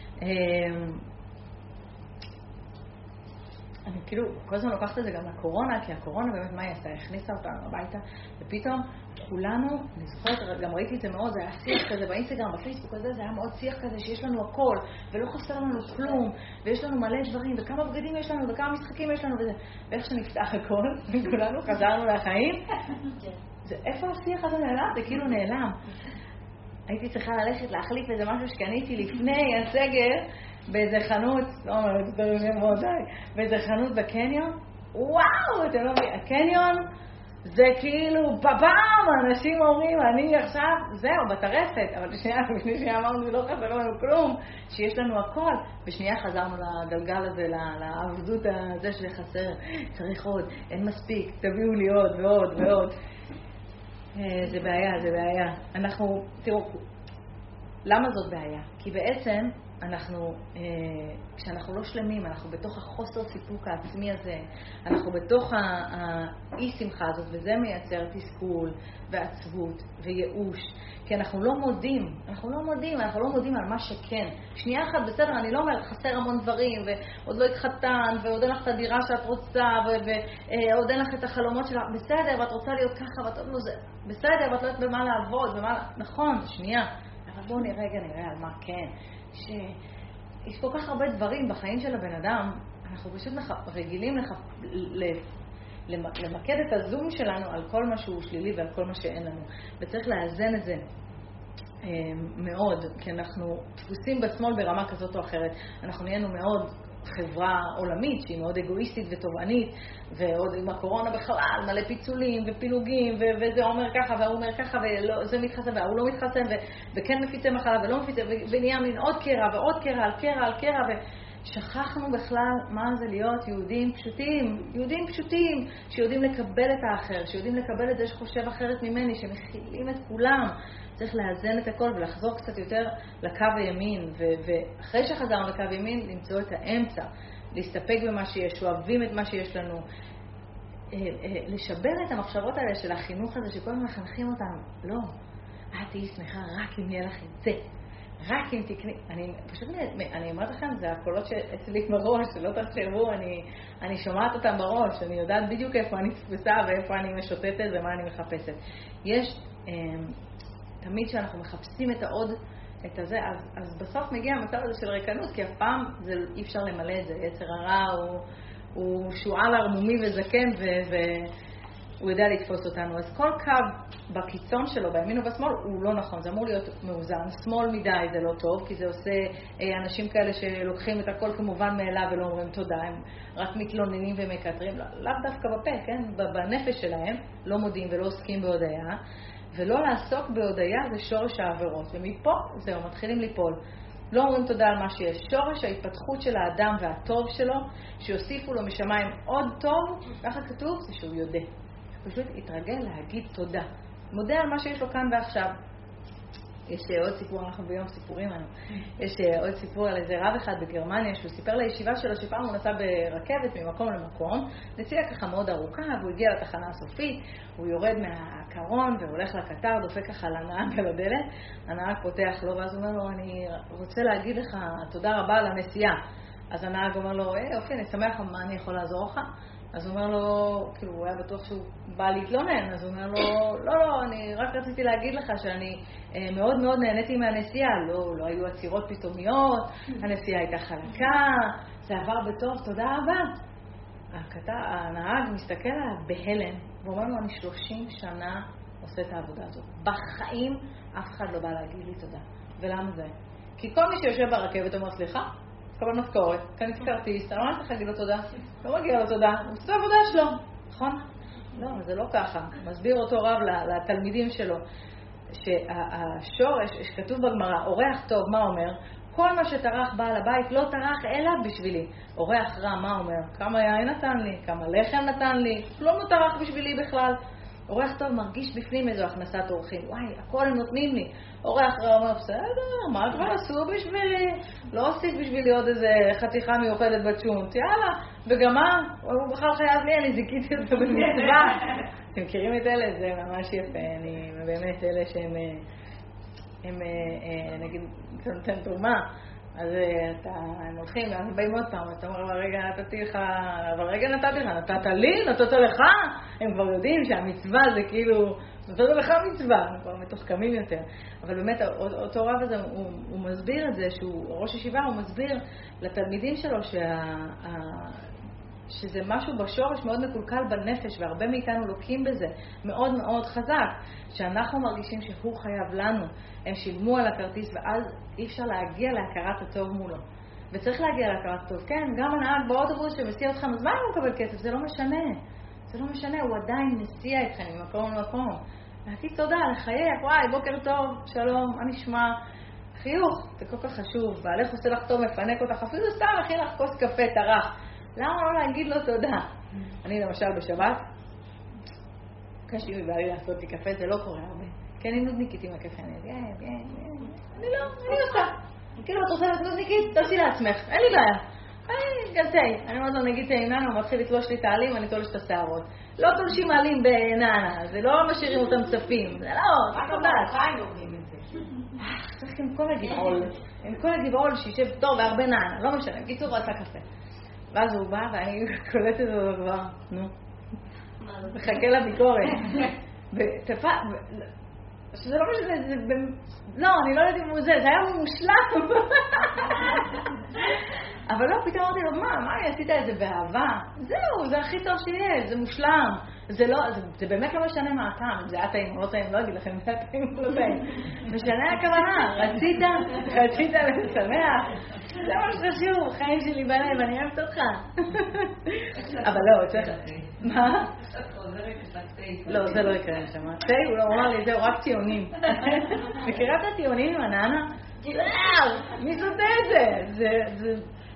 אני כאילו כל הזמן לוקחת את זה גם לקורונה, כי הקורונה באמת מה היא עשתה? הכניסה אותנו הביתה, ופתאום כולנו, אני זוכרת, גם ראיתי את זה מאוד, זה היה שיח כזה באינסטגרם, בפייסבוק הזה, זה היה מאוד שיח כזה שיש לנו הכל, ולא חסר לנו כלום, ויש לנו מלא דברים, וכמה בגדים יש לנו, וכמה משחקים יש לנו, וזה, ואיך שנפתח הכל, וכולנו חזרנו לחיים, זה, איפה השיח הזה נעלם? זה כאילו נעלם. הייתי צריכה ללכת להחליף איזה משהו שקניתי לפני הסגר, באיזה חנות, לא אומרת, באיזה חנות בקניון, וואו, אתם לא מבינים, הקניון זה כאילו פעם, אנשים אומרים, אני עכשיו, זהו, בטרפת, אבל בשנייה אמרנו, לא חסר לנו כלום, שיש לנו הכל, בשנייה חזרנו לגלגל הזה, לעבדות הזה שחסר, צריך עוד, אין מספיק, תביאו לי עוד ועוד ועוד. זה בעיה, זה בעיה. אנחנו, תראו, למה זאת בעיה? כי בעצם אנחנו, כשאנחנו לא שלמים, אנחנו בתוך החוסר סיפוק העצמי הזה, אנחנו בתוך האי-שמחה הזאת, וזה מייצר תסכול ועצבות וייאוש, כי אנחנו לא מודים, אנחנו לא מודים על מה שכן. שנייה אחת, בסדר, אני לא אומרת, חסר המון דברים, ועוד לא התחתן, ועוד אין לך את הדירה שאת רוצה, ועוד אין לך את החלומות שלך, בסדר, ואת רוצה להיות ככה, ואת עוד לא זה, בסדר, ואת לא יודעת במה לעבוד, נכון, שנייה, אבל בואו נראה על מה כן. שיש כל כך הרבה דברים בחיים של הבן אדם, אנחנו פשוט רגילים למקד את הזום שלנו על כל מה שהוא שלילי ועל כל מה שאין לנו. וצריך לאזן את זה מאוד, כי אנחנו דפוסים בשמאל ברמה כזאת או אחרת. אנחנו נהיינו מאוד חברה עולמית שהיא מאוד אגואיסטית ותובענית, ועוד עם הקורונה בכלל, מלא פיצולים ופילוגים, וזה אומר ככה והוא אומר ככה, וזה מתחסן והוא לא מתחסן, וכן מפיצי מחלה ולא מפיצי, ונהיה מין עוד קרע ועוד קרע על קרע על קרע, ושכחנו בכלל מה זה להיות יהודים פשוטים, שיודעים לקבל את האחר, שיודעים לקבל את זה שחושב אחרת ממני, שמכילים את כולם. צריך לאזן את הכל ולחזור קצת יותר לקו הימין, ואחרי שחזרנו לקו ימין, למצוא את האמצע, להסתפק במה שיש, אוהבים את מה שיש לנו, לשבר את המחשבות האלה של החינוך הזה, שכל הזמן מחנכים אותנו. לא, את תהיי שמחה רק אם יהיה לך את זה, רק אם תקני. אני אומרת לכם, זה הקולות שאצלי בראש, שלא תחשבו, אני שומעת אותם בראש, אני יודעת בדיוק איפה אני תפסה ואיפה אני משוטטת ומה אני מחפשת. יש תמיד שאנחנו מחפשים את העוד, את הזה, אז בסוף מגיע המצב הזה של ריקנות, כי אף פעם אי אפשר למלא את זה. יצר הרע הוא שועל ערמומי וזקן, והוא יודע לתפוס אותנו. אז כל קו בקיצון שלו, בימין ובשמאל, הוא לא נכון. זה אמור להיות מאוזן. שמאל מדי זה לא טוב, כי זה עושה אנשים כאלה שלוקחים את הכל כמובן מאליו ולא אומרים תודה. הם רק מתלוננים ומקטרים, לאו דווקא בפה, כן? בנפש שלהם, לא מודים ולא עוסקים בהודעה. ולא לעסוק בהודעה זה שורש העבירות. ומפה זהו, מתחילים ליפול. לא אומרים תודה על מה שיש. שורש ההתפתחות של האדם והטוב שלו, שיוסיפו לו משמיים עוד טוב, ככה כתוב, זה שהוא יודע. פשוט יתרגל להגיד תודה. מודה על מה שיש לו כאן ועכשיו. יש עוד סיפור, אנחנו ביום סיפורים לנו. יש עוד סיפור על איזה רב אחד בגרמניה, שהוא סיפר לישיבה שלו שפעם הוא נסע ברכבת ממקום למקום, נסיעה ככה מאוד ארוכה, והוא הגיע לתחנה הסופית, הוא יורד מהקרון והולך לקטר, דופק ככה לנהג על הדלת, הנהג פותח לו, ואז הוא אומר לו, אני רוצה להגיד לך תודה רבה על הנסיעה. אז הנהג אומר לו, אופי, אני שמח, מה אני יכול לעזור לך? אז הוא אומר לו, כאילו, הוא היה בטוח שהוא בא להתלונן, אז הוא אומר לו, לא, אני רק רציתי להגיד לך שאני מאוד מאוד נהניתי מהנסיעה, לא היו עצירות פתאומיות, הנסיעה הייתה חלקה, זה עבר בטוב, תודה רבה. הנהג מסתכל עליו בהלם, ואומר לו, אני 30 שנה עושה את העבודה הזאת. בחיים אף אחד לא בא להגיד לי תודה. ולמה זה? כי כל מי שיושב ברכבת אומר, סליחה, קבל משכורת, קניתי כרטיס, אני לא צריך להגיד לו תודה, לא מגיע לו תודה, הוא עושה עבודה שלו, נכון? לא, זה לא ככה. מסביר אותו רב לתלמידים שלו, שהשורש, שכתוב בגמרא, אורח טוב, מה אומר? כל מה שטרח בעל הבית לא טרח אלא בשבילי. אורח רע, מה אומר? כמה יין נתן לי, כמה לחם נתן לי, לא טרח בשבילי בכלל. אורח טוב מרגיש בפנים איזו הכנסת אורחים. וואי, הכל הם נותנים לי. אורח רע אומר, בסדר, מה כבר עשו בשבילי? לא עשית בשבילי עוד איזה חתיכה מיוחדת בצ'ונט, יאללה. וגם מה? הוא בכלל חייב לי, אני זיקיתי אותו במצווה. אתם מכירים את אלה? זה ממש יפה. אני באמת אלה שהם, נגיד, אתה נותן תרומה. אז הם הולכים, אנחנו באים עוד פעם, אתה אומר, אבל רגע נתתי לך, נתת לי, נתת לך, הם כבר יודעים שהמצווה זה כאילו, נתת לך מצווה, הם כבר מתוחכמים יותר. אבל באמת, אותו רב הזה, הוא מסביר את זה, שהוא ראש ישיבה, הוא מסביר לתלמידים שלו שזה משהו בשורש מאוד מקולקל בנפש, והרבה מאיתנו לוקים בזה, מאוד מאוד חזק, שאנחנו מרגישים שהוא חייב לנו. הם שילמו על הכרטיס, ואז אי אפשר להגיע להכרת הטוב מולו. וצריך להגיע להכרת הטוב. כן, גם הנהג באוטובוס שמסיע אותך, אז מה הוא מקבל כסף? זה לא משנה. זה לא משנה, הוא עדיין מסיע אתכם ממקום למקום. להגיד תודה, לחייך, וואי, בוקר טוב, שלום, מה נשמע? חיוך, זה כל כך חשוב. בעלך עושה לך טוב, מפנק אותך, אפילו סתם הכין לך כוס קפה, טרח. למה לא להגיד לו תודה? אני למשל בשבת, קשתי מבעלי לעשות לי קפה, זה לא קורה הרבה. כי אני נודניקית עם הקפה, אני עושה. כאילו, את רוצה להיות נודניקית? תעשי לעצמך, אין לי בעיה. גם תה. אני אומרת לו, נגיד תה עם נענה, הוא מתחיל לתלוש לי את העלים, אני תולש את השערות. לא תולשים העלים בנענה, זה לא משאירים אותם צפים. זה לא, רק במרוקאים לומדים את זה. צריך עם כל הגבעול שישב טוב והרבה נענה, לא משנה. קיצור, רצה קפה. ואז הוא בא ואני קולטת אותו כבר, נו, מחכה לביקורת. שזה לא משנה, לא, אני לא יודעת אם הוא זה היה מושלם. אבל לא, פתאום אמרתי לו, מה, אני עשית את זה באהבה? זהו, זה הכי טוב שיש, זה מושלם. זה באמת לא משנה מה הטעם, אם זה היה טעים או לא טעים, לא אגיד לכם, זה היה טעים או לא טעים. משנה הכוונה, רצית לשמח. זה מה שחשוב, חיים שלי בלב, אני אוהבת אותך. אבל לא, צריך... מה? לא, זה לא יקרה לשם. תה, הוא לא אמר לי, זהו, רק טיעונים. מכירה את הטיעונים עם הנענה? מי סוטה את זה?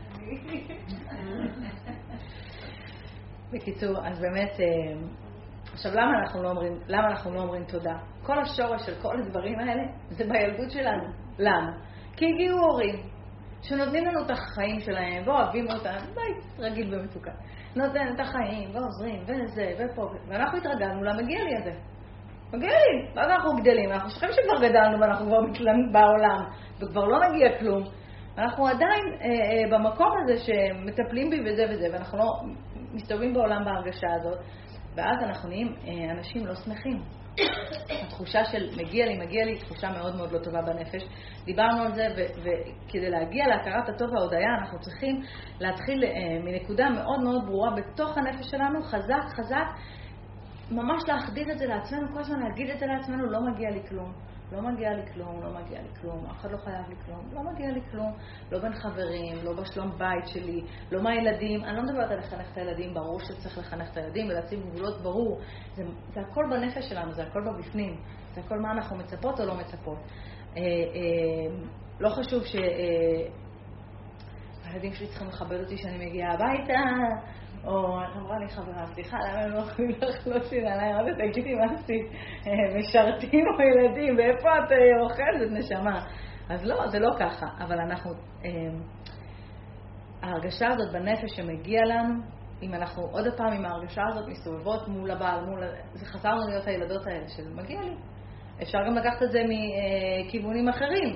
בקיצור, אז באמת, עכשיו למה אנחנו לא אומרים תודה? כל השורש של כל הדברים האלה זה בילדות שלנו. למה? כי הגיעו הורים שנותנים לנו את החיים שלהם ואוהבים אותם, בית רגיל ומצוקה. נותן את החיים ועוזרים וזה ופה, ואנחנו התרגלנו למגיע לי הזה. מגיע לי, ואז אנחנו גדלים, אנחנו שוכחים שכבר גדלנו ואנחנו כבר מתלמים בעולם וכבר לא נגיע כלום. אנחנו עדיין במקום הזה שמטפלים בי וזה וזה, ואנחנו לא מסתובבים בעולם בהרגשה הזאת, ואז אנחנו נהיים אנשים לא שמחים. התחושה של מגיע לי, תחושה מאוד מאוד לא טובה בנפש. דיברנו על זה, וכדי להגיע להכרת הטוב וההודיה, אנחנו צריכים להתחיל מנקודה מאוד מאוד ברורה בתוך הנפש שלנו, חזק, ממש להחדיר את זה לעצמנו, כל הזמן להגיד את זה לעצמנו, לא מגיע לי כלום. לא מגיע לי כלום, אף אחד לא חייב לי כלום, לא מגיע לי כלום, לא בין חברים, לא בשלום בית שלי, לא מהילדים, אני לא מדברת על לחנך את הילדים, ברור שצריך לחנך את הילדים ולהציב גבולות, ברור, זה הכל בנפש שלנו, זה הכל בבפנים, זה הכל מה אנחנו מצפות או לא מצפות. לא חשוב שהילדים שלי צריכים לכבד אותי שאני מגיעה הביתה, או אמרה לי חברה, סליחה, למה הם לא יכולים לחלוץ לי נעליים? עוד תגידי מה עשית? משרתים או ילדים, ואיפה את אוכלת נשמה? אז לא, זה לא ככה, אבל אנחנו, ההרגשה הזאת בנפש שמגיע לנו, אם אנחנו עוד הפעם עם ההרגשה הזאת מסתובבות מול הבעל, זה חזרנו להיות הילדות האלה של מגיע לי. אפשר גם לקחת את זה מכיוונים אחרים.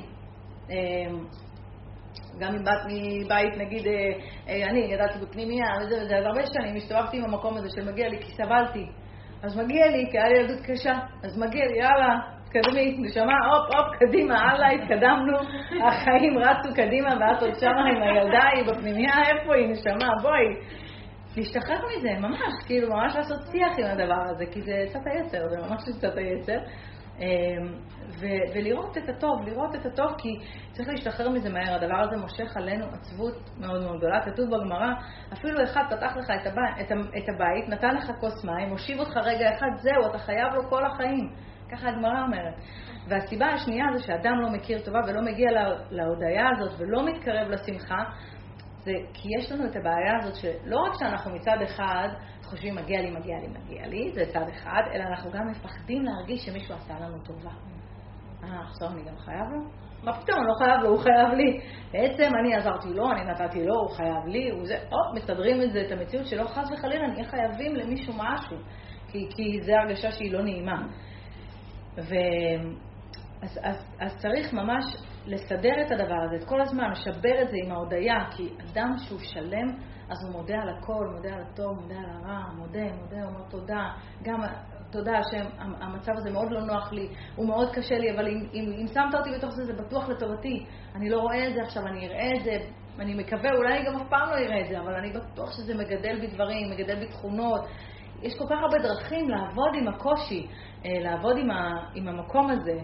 גם אם באת מבית, נגיד, אני גדלתי בפנימיה וזה, אז הרבה שנים הסתובבתי עם המקום הזה של מגיע לי כי סבלתי. אז מגיע לי, כי היה לי ילדות קשה, אז מגיע לי, יאללה, תקדמי, נשמה, הופ, קדימה, הלאה, התקדמנו, החיים רצו קדימה, ואת עוד שמה עם הילדה, היא בפנימיה, איפה היא, נשמה, בואי. להשתחרר מזה, ממש, כאילו, ממש לעשות שיח עם הדבר הזה, כי זה קצת היצר, זה ממש קצת היצר. ולראות את הטוב, לראות את הטוב, כי צריך להשתחרר מזה מהר. הדבר הזה מושך עלינו עצבות מאוד מאוד גדולה. כתוב בגמרא, אפילו אחד פתח לך את הבית, נתן לך כוס מים, הושיב אותך רגע אחד, זהו, אתה חייב לו כל החיים. ככה הגמרא אומרת. והסיבה השנייה זה שאדם לא מכיר טובה ולא מגיע להודעה הזאת ולא מתקרב לשמחה, זה כי יש לנו את הבעיה הזאת שלא רק שאנחנו מצד אחד חושבים מגיע לי, זה צד אחד, אלא אנחנו גם מפחדים להרגיש שמישהו עשה לנו טובה. עכשיו אני גם חייב לו? מה פתאום, אני לא חייב לו, הוא חייב לי. בעצם אני עזרתי לו, אני נתתי לו, הוא חייב לי, מסתדרים את המציאות שלא חס וחלילה, נהיה חייבים למישהו משהו, כי זה הרגשה שהיא לא נעימה. אז צריך ממש לסדר את הדבר הזה, את כל הזמן, לשבר את זה עם ההודעה, כי אדם שהוא שלם, אז הוא מודה על הכל, מודה על הטוב, מודה על הרע, מודה, אומר תודה, גם תודה שהמצב הזה מאוד לא נוח לי, הוא מאוד קשה לי, אבל אם שמת אותי בתוך זה, זה בטוח לטובתי. אני לא רואה את זה עכשיו, אני אראה את זה, אני מקווה, אולי אני גם אף פעם לא אראה את זה, אבל אני בטוח שזה מגדל בדברים, מגדל בתכונות. יש כל כך הרבה דרכים לעבוד עם הקושי, לעבוד עם המקום הזה.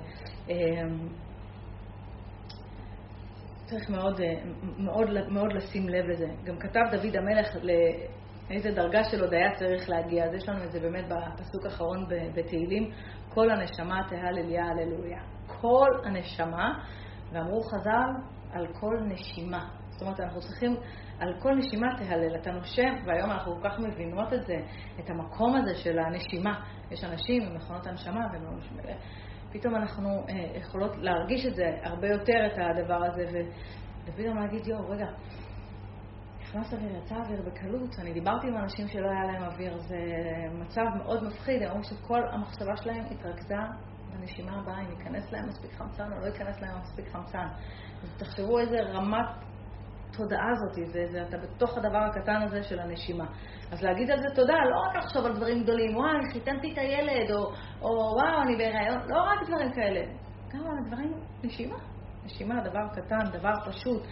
צריך מאוד לשים לב לזה. גם כתב דוד המלך לאיזה דרגה של הודעה צריך להגיע. אז יש לנו את זה באמת בפסוק האחרון בתהילים. כל הנשמה תהללויה, הללויה. כל הנשמה, ואמרו חז"ל, על כל נשימה. זאת אומרת, אנחנו צריכים על כל נשימה תהלל. אתה נושם, והיום אנחנו כל כך מבינות את זה, את המקום הזה של הנשימה. יש אנשים עם מכונות הנשמה, והם לא נושמים. פתאום אנחנו יכולות להרגיש את זה הרבה יותר, את הדבר הזה, ופתאום להגיד, רגע, נכנס אוויר, יצא אוויר בקלות. אני דיברתי עם אנשים שלא היה להם אוויר, זה מצב מאוד מפחיד. הם אומרים שכל המחשבה שלהם התרכזה בנשימה הבאה, אם ייכנס להם מספיק חמצן או לא ייכנס להם מספיק חמצן. אז תחשבו איזה רמת תודעה הזאת, זה אתה בתוך הדבר הקטן הזה של הנשימה. אז להגיד על זה תודה, לא רק לחשוב על דברים גדולים, וואי, אני חיתנתי את הילד, או וואו, אני בהיריון, לא רק דברים כאלה. גם על הדברים, נשימה, דבר קטן, דבר פשוט.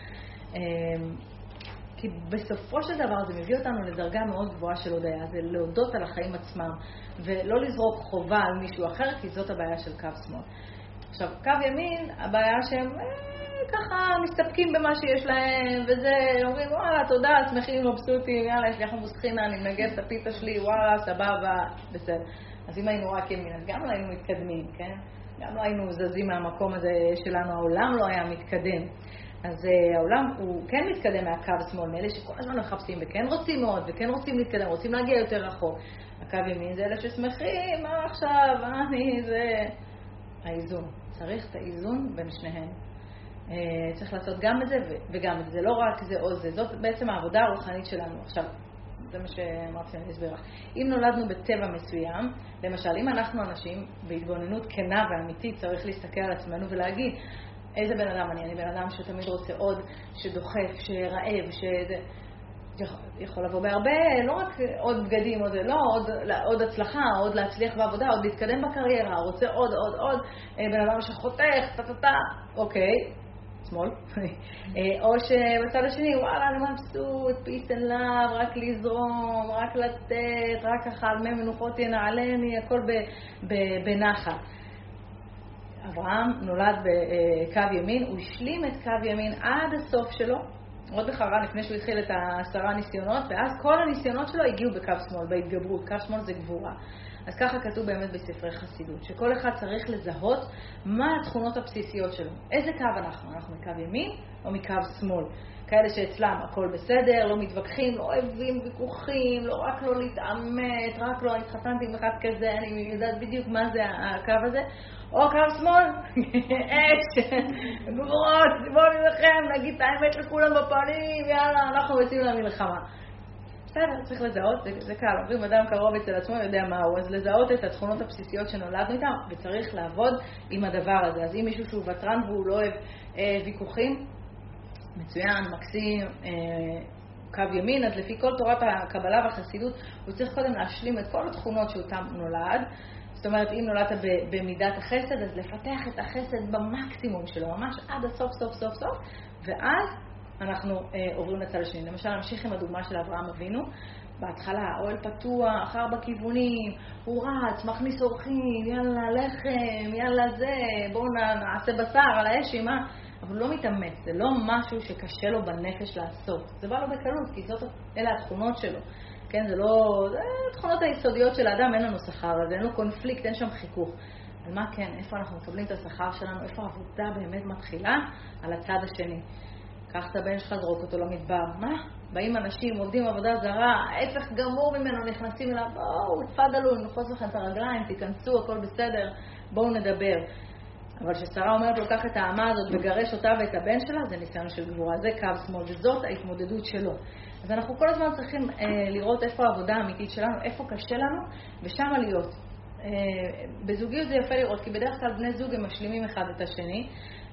כי בסופו של דבר זה מביא אותנו לדרגה מאוד גבוהה של הודעה, זה להודות על החיים עצמם, ולא לזרוק חובה על מישהו אחר, כי זאת הבעיה של קו שמאל. עכשיו, קו ימין, הבעיה שהם ככה מסתפקים במה שיש להם, וזה, אומרים, וואלה, תודה, שמחים, מבסוטים, יאללה, יש לי חמוס טחינה, אני מנגב את הפיתה שלי, וואלה, סבבה, בסדר. אז אם היינו רק ימין, אז גם לא היינו מתקדמים, כן? גם לא היינו זזים מהמקום הזה שלנו, העולם לא היה מתקדם. אז העולם הוא כן מתקדם מהקו שמאל, מאלה שכל הזמן מחפשים וכן רוצים מאוד, וכן רוצים להתקדם, רוצים להגיע יותר רחוק. הקו ימין זה אלה ששמחים, מה עכשיו, זה האיזון. צריך את האיזון בין שניהם. צריך לעשות גם את זה וגם את זה. לא רק זה או זה, זאת בעצם העבודה הרוחנית שלנו. עכשיו, זה מה שאמרתי שאני אסביר לך. אם נולדנו בטבע מסוים, למשל, אם אנחנו אנשים בהתבוננות כנה ואמיתית, צריך להסתכל על עצמנו ולהגיד, איזה בן אדם אני? אני בן אדם שתמיד רוצה עוד, שדוחף, שרעב, יכול לבוא בהרבה, לא רק עוד בגדים, עוד הצלחה, עוד להצליח בעבודה, עוד להתקדם בקריירה, רוצה עוד, בן אדם שחותך, אוקיי, שמאל. או שבצד השני, וואלה, אני מבסוט, peace and love, רק לזרום, רק לתת, רק אחד מנוחות ינעלני, הכל בנחת. אברהם נולד בקו ימין, הוא השלים את קו ימין עד הסוף שלו, עוד בחרן לפני שהוא התחיל את 10 ניסיונות, ואז כל הניסיונות שלו הגיעו בקו שמאל, בהתגברות. קו שמאל זה גבורה. אז ככה כתוב באמת בספרי חסידות, שכל אחד צריך לזהות מה התכונות הבסיסיות שלו. איזה קו אנחנו? אנחנו מקו ימין או מקו שמאל? כאלה שאצלם הכל בסדר, לא מתווכחים, לא אוהבים ויכוחים, לא רק לא להתעמת, רק לא התחתנתי עם אחד כזה, אני יודעת בדיוק מה זה הקו הזה. או קו שמאל, אש, גבורות, בואו נלחם, נגיד את האמת לכולם בפנים, יאללה, אנחנו יוצאים למלחמה. בסדר, צריך לזהות, זה קל, אומרים אדם קרוב אצל עצמו יודע מהו, אז לזהות את התכונות הבסיסיות שנולדנו איתם, וצריך לעבוד עם הדבר הזה. אז אם מישהו שהוא וטרן והוא לא אוהב ויכוחים, מצוין, מקסים, קו ימין, אז לפי כל תורת הקבלה והחסידות, הוא צריך קודם להשלים את כל התכונות שאותם נולד. זאת אומרת, אם נולדת במידת החסד, אז לפתח את החסד במקסימום שלו, ממש עד הסוף, סוף, ואז אנחנו עוברים לצד השני. למשל, נמשיך עם הדוגמה של אברהם אבינו. בהתחלה, אוהל פתוח, 4 כיוונים, הוא רץ, מכניס אורחים, יאללה לחם, יאללה זה, בואו נעשה בשר על האש, מה? אבל הוא לא מתאמץ, זה לא משהו שקשה לו בנפש לעשות. זה בא לו בקלות, כי אלה התכונות שלו. כן, זה התכונות היסודיות של האדם, אין לנו שכר, אז אין לו קונפליקט, אין שם חיכוך. על מה כן, איפה אנחנו מקבלים את השכר שלנו, איפה העבודה באמת מתחילה? על הצד השני. קח את הבן שלך, זרוק אותו למדבר. מה? באים אנשים, עובדים עבודה זרה, ההפך גמור ממנו, נכנסים אליו, בואו, תפדלו, נחוץ לכם את הרגליים, תיכנסו, הכל בסדר, בואו נדבר. אבל כששרה אומרת לו, קח את האמה הזאת וגרש אותה ואת הבן שלה, זה ניסיון של גבורה, זה קו שמאל, וזאת ההתמודדות שלו. אז אנחנו כל הזמן צריכים לראות איפה העבודה האמיתית שלנו, איפה קשה לנו, ושם להיות. בזוגיות זה יפה לראות, כי בדרך כלל בני זוג הם משלימים אחד את השני,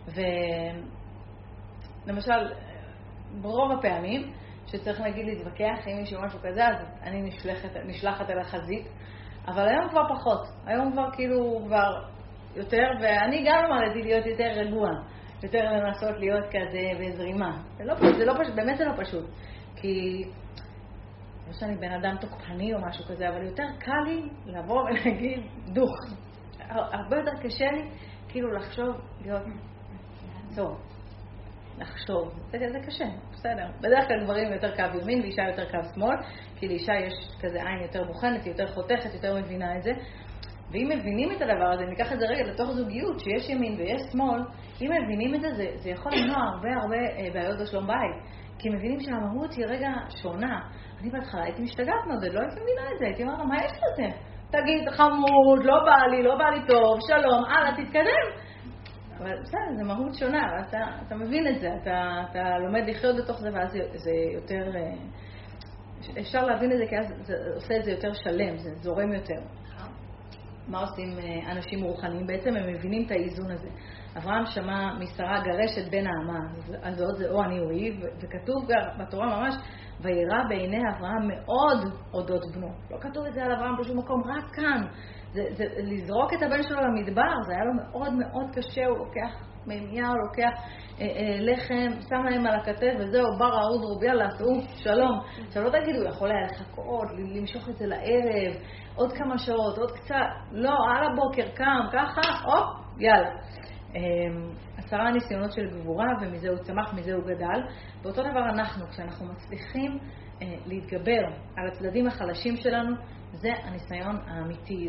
ולמשל, ברוב הפעמים, שצריך נגיד להתווכח עם מישהו משהו כזה, אז אני נשלחת אל החזית, אבל היום כבר פחות, היום כבר כאילו כבר יותר, ואני גם למדתי להיות יותר רגוע, יותר לנסות להיות כזה בזרימה. זה לא פשוט, באמת זה לא פשוט, כי לא שאני בן אדם תוקפני או משהו כזה, אבל יותר קל לי לבוא ולהגיד דוך. הרבה יותר קשה לי כאילו לחשוב, להיות לעצור, לחשוב. זה קשה, בסדר. בדרך כלל גברים יותר קו ימין ואישה יותר קו שמאל, כי לאישה יש כזה עין יותר בוחנת, יותר חותכת, יותר מבינה את זה. ואם מבינים את הדבר הזה, ניקח את זה רגע לתוך זוגיות, שיש ימין ויש שמאל, אם מבינים את זה, זה יכול למנוע הרבה בעיות בשלום בית. כי מבינים שהמהות היא רגע שונה. אני בהתחלה הייתי משתגעת מאוד, לא הייתי מבינה את זה, הייתי אומרת, מה יש לזה? תגיד, חמוד, לא בא לי טוב, שלום, הלאה, תתקדם. אבל בסדר, זה מהות שונה, אתה מבין את זה, אתה לומד לחיות בתוך זה, ואז זה יותר, אפשר להבין את זה, כי אז זה עושה את זה יותר שלם, זה זורם יותר. מה עושים אנשים רוחניים? בעצם הם מבינים את האיזון הזה. אברהם שמע משרה גרש את בן האמה, אז זה או אני או היא, וכתוב בתורה ממש, וירא בעיני אברהם מאוד אודות בנו. לא כתוב את זה על אברהם בשום מקום, רק כאן. זה לזרוק את הבן שלו למדבר, זה היה לו מאוד מאוד קשה, הוא לוקח מימייה, הוא לוקח לחם, שם להם על הכתף, וזהו, בר העוד רובי, יאללה, תראו, שלום. עכשיו לא תגידו, יכול היה לחכות, למשוך את זה לערב, עוד כמה שעות, עוד קצת, לא, על הבוקר קם, ככה, הופ, יאללה. 10 ניסיונות של גבורה, ומזה הוא צמח, מזה הוא גדל. באותו דבר אנחנו, כשאנחנו מצליחים להתגבר על הצדדים החלשים שלנו, זה הניסיון האמיתי.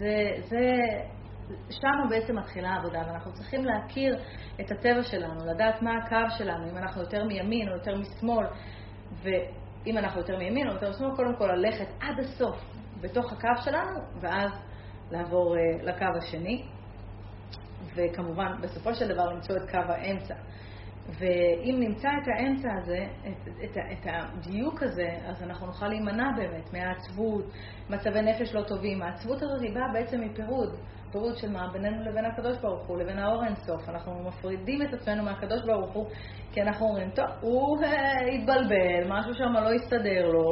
שם בעצם מתחילה העבודה, ואנחנו צריכים להכיר את הטבע שלנו, לדעת מה הקו שלנו, אם אנחנו יותר מימין או יותר משמאל, ואם אנחנו יותר מימין או יותר משמאל, קודם כל ללכת עד הסוף בתוך הקו שלנו, ואז לעבור לקו השני. וכמובן, בסופו של דבר, למצוא את קו האמצע. ואם נמצא את האמצע הזה, את הדיוק הזה, אז אנחנו נוכל להימנע באמת מהעצבות, מצבי נפש לא טובים. העצבות הזאת היא באה בעצם מפירוד. פירוד של מה? בינינו לבין הקדוש ברוך הוא, לבין האור אינסוף. אנחנו מפרידים את עצמנו מהקדוש ברוך הוא, כי אנחנו אומרים, טוב, הוא התבלבל, משהו שם לא יסתדר לו,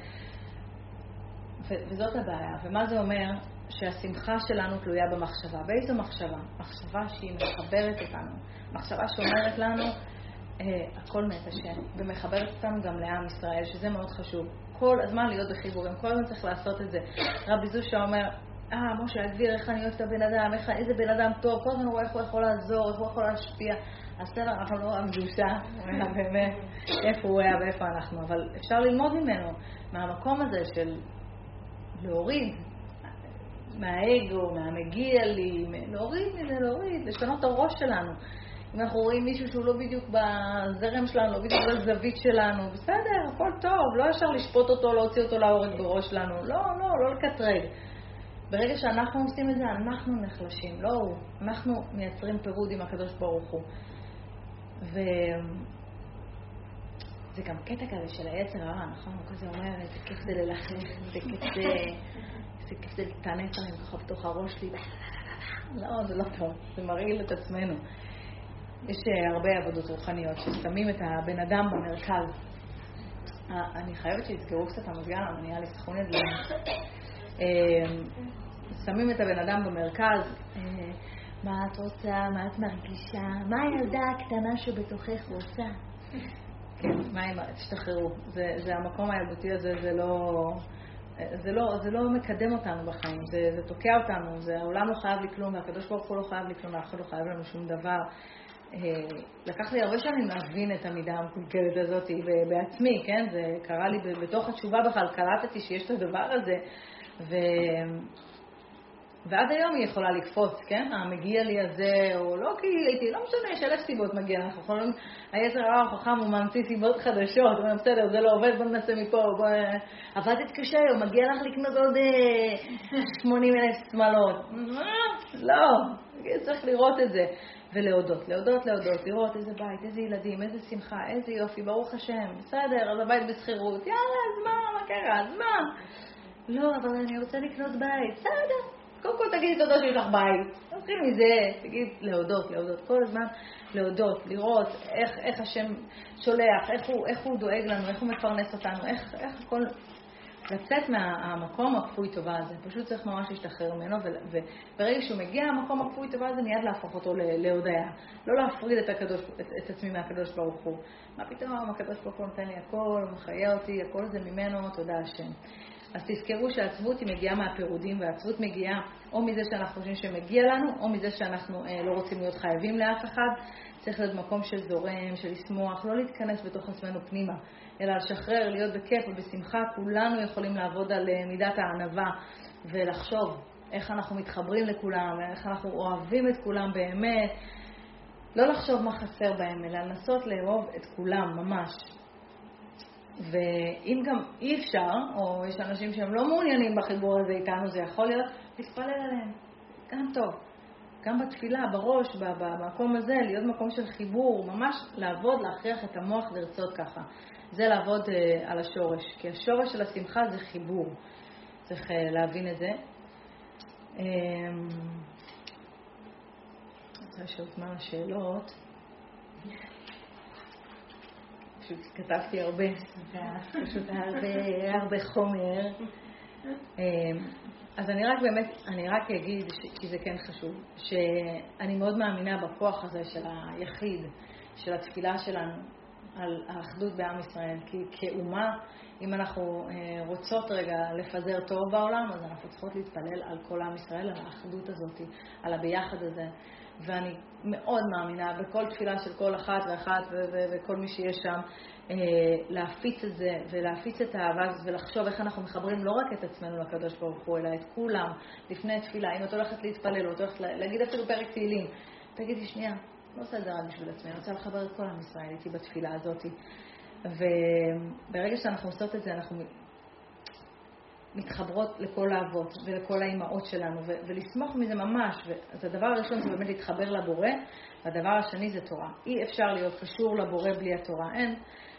וזאת הבעיה. ומה זה אומר? שהשמחה שלנו תלויה במחשבה. באיזו מחשבה? מחשבה שהיא מחברת אותנו. מחשבה שאומרת לנו, הכל מאת השם, ומחברת אותנו גם לעם ישראל, שזה מאוד חשוב. כל הזמן להיות בחיבורים, כל הזמן צריך לעשות את זה. רבי זושה אומר, משה, אגביר, איך אני אוהב את הבן אדם, איזה בן אדם טוב, כל הזמן הוא רואה איך הוא יכול לעזור, איך הוא יכול להשפיע. הסדר, אנחנו לא המדושה, באמת, איפה הוא היה ואיפה אנחנו. אבל אפשר ללמוד ממנו, מהמקום הזה של להוריד, מהאגו, מהמגיע לי, להוריד מזה, לשנות את הראש שלנו. אם אנחנו רואים מישהו שהוא לא בדיוק בזרם שלנו, לא בדיוק בזווית שלנו, בסדר, הכל טוב, לא אפשר לשפוט אותו, להוציא אותו להורג בראש שלנו, לא לקטרג. ברגע שאנחנו עושים את זה, אנחנו נחלשים, לא הוא. אנחנו מייצרים פירוד עם הקדוש ברוך הוא. וזה גם קטע כזה של היצר הרע, נכון? הוא כזה אומר, זה כיף זה ללכלך, זה כיף זה לטענף עליהם ככה בתוך הראש שלי. לא, זה לא טוב, זה מרעיל את עצמנו. יש הרבה עבודות רוחניות ששמים את הבן אדם במרכז. אני חייבת שיסגרו קצת המזגן, אבל נהיה לי סחוני את זה. שמים את הבן אדם במרכז. מה את רוצה? מה את מרגישה? מה הילדה הקטנה שבתוכך רוצה? כן, תשתחררו. זה המקום הילדותי הזה, זה לא מקדם אותנו בחיים, זה תוקע אותנו, העולם לא חייב לי כלום, והקדוש ברוך הוא לא חייב לי כלום, ואף אחד לא חייב לנו שום דבר. לקח לי הרבה שנים להבין את המידה המקולקלת הזאת בעצמי, כן? זה קרה לי בתוך התשובה בכלל, קלטתי שיש את הדבר הזה, ועד היום היא יכולה לקפוץ, כן? המגיע לי הזה, או לא כי הייתי, לא משנה, יש 1000 סיבות מגיע, אנחנו יכולים, היצר הרע החכם הוא ממציא סיבות חדשות, הוא אומר, בסדר, זה לא עובד, בוא ננסה מפה, עבדת קשה היום, מגיע לך לקנות עוד 80,000 שמלות. לא, צריך לראות את זה, ולהודות, לראות איזה בית, איזה ילדים, איזה שמחה, איזה יופי, ברוך השם, בסדר, אז הבית בסחירות, יאללה, אז מה קרה, אז מה? לא, אבל אני רוצה לקנות בית, בסדר. קודם כל תגידי תודה שיש לך בית, תתחיל מזה, תגיד להודות, כל הזמן להודות, לראות איך השם שולח, איך הוא דואג לנו, איך הוא מפרנס אותנו, איך הכל, לצאת מהמקום הכפוי טובה הזה, פשוט צריך ממש להשתחרר ממנו, וברגע שהוא מגיע המקום הכפוי טובה הזה, מיד להפוך אותו להודעה, לא להפריד את עצמי מהקדוש ברוך הוא. מה פתאום, הקדוש ברוך הוא נותן לי הכל, הוא מחיה אותי, הכל זה ממנו, תודה השם. אז תזכרו שהעצבות היא מגיעה מהפירודים, והעצבות מגיעה או מזה שאנחנו חושבים שמגיע לנו, או מזה שאנחנו לא רוצים להיות חייבים לאף אחד. צריך להיות מקום של זורם, של לשמוח, לא להתכנס בתוך עצמנו פנימה, אלא לשחרר, להיות בכיף ובשמחה. כולנו יכולים לעבוד על מידת הענווה ולחשוב איך אנחנו מתחברים לכולם, איך אנחנו אוהבים את כולם באמת. לא לחשוב מה חסר בהם, אלא לנסות לאהוב את כולם ממש. ואם גם אי אפשר, או יש אנשים שהם לא מעוניינים בחיבור הזה איתנו, זה יכול להיות להתפלל עליהם. גם טוב. גם בתפילה, בראש, במקום הזה, להיות מקום של חיבור, ממש לעבוד, להכריח את המוח לרצות ככה. זה לעבוד על השורש. כי השורש של השמחה זה חיבור. צריך להבין את זה. אני רוצה לשאול זמן השאלות. פשוט כתבתי הרבה, פשוט הרבה חומר. אז אני רק אגיד, כי זה כן חשוב, שאני מאוד מאמינה בכוח הזה של היחיד, של התפילה שלנו, על האחדות בעם ישראל. כי כאומה, אם אנחנו רוצות רגע לפזר טוב בעולם, אז אנחנו צריכות להתפלל על כל עם ישראל, על האחדות הזאת, על הביחד הזה. ואני מאוד מאמינה בכל תפילה של כל אחת ואחת וכל מי שיש שם, להפיץ את זה ולהפיץ את האהבה הזאת ולחשוב איך אנחנו מחברים לא רק את עצמנו לקדוש ברוך הוא, אלא את כולם לפני תפילה. אם את הולכת להתפלל או את הולכת להגיד אפילו פרק תהילים, תגידי שנייה, לא עושה את זה רק בשביל עצמנו, אני רוצה לחבר את כל עם ישראל איתי בתפילה הזאת. וברגע שאנחנו עושות את זה, אנחנו מתחברות לכל האבות ולכל האימהות שלנו, ולסמוך מזה ממש. אז הדבר הראשון זה באמת להתחבר לבורא, והדבר השני זה תורה. אי אפשר להיות קשור לבורא בלי התורה, אין.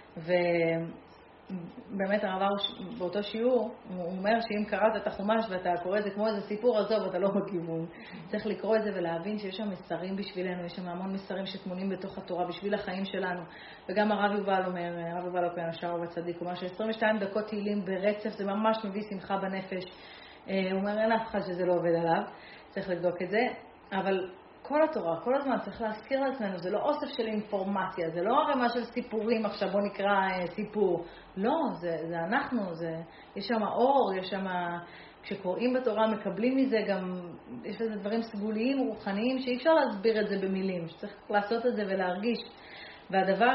ובאמת הרב באותו שיעור, הוא אומר שאם קראת את החומש ואתה קורא את זה כמו איזה סיפור, עזוב, אתה לא בכיוון. צריך לקרוא את זה ולהבין שיש שם מסרים בשבילנו, יש שם המון מסרים שטמונים בתוך התורה בשביל החיים שלנו. וגם הרב יובל אומר, הרב יובל אוקיין השאר ובצדיק, הוא אומר ש22 דקות תהילים ברצף, זה ממש מביא שמחה בנפש. הוא אומר, אין אף אחד שזה לא עובד עליו, צריך לבדוק את זה. אבל כל התורה, כל הזמן צריך להזכיר לעצמנו, זה לא אוסף של אינפורמציה, זה לא הרמה של סיפורים, עכשיו בוא נקרא סיפור. לא, זה אנחנו, יש שם אור, יש שם, כשקוראים בתורה מקבלים מזה גם, יש לזה דברים סגוליים רוחניים שאי אפשר להסביר את זה במילים, שצריך לעשות את זה ולהרגיש. והדבר,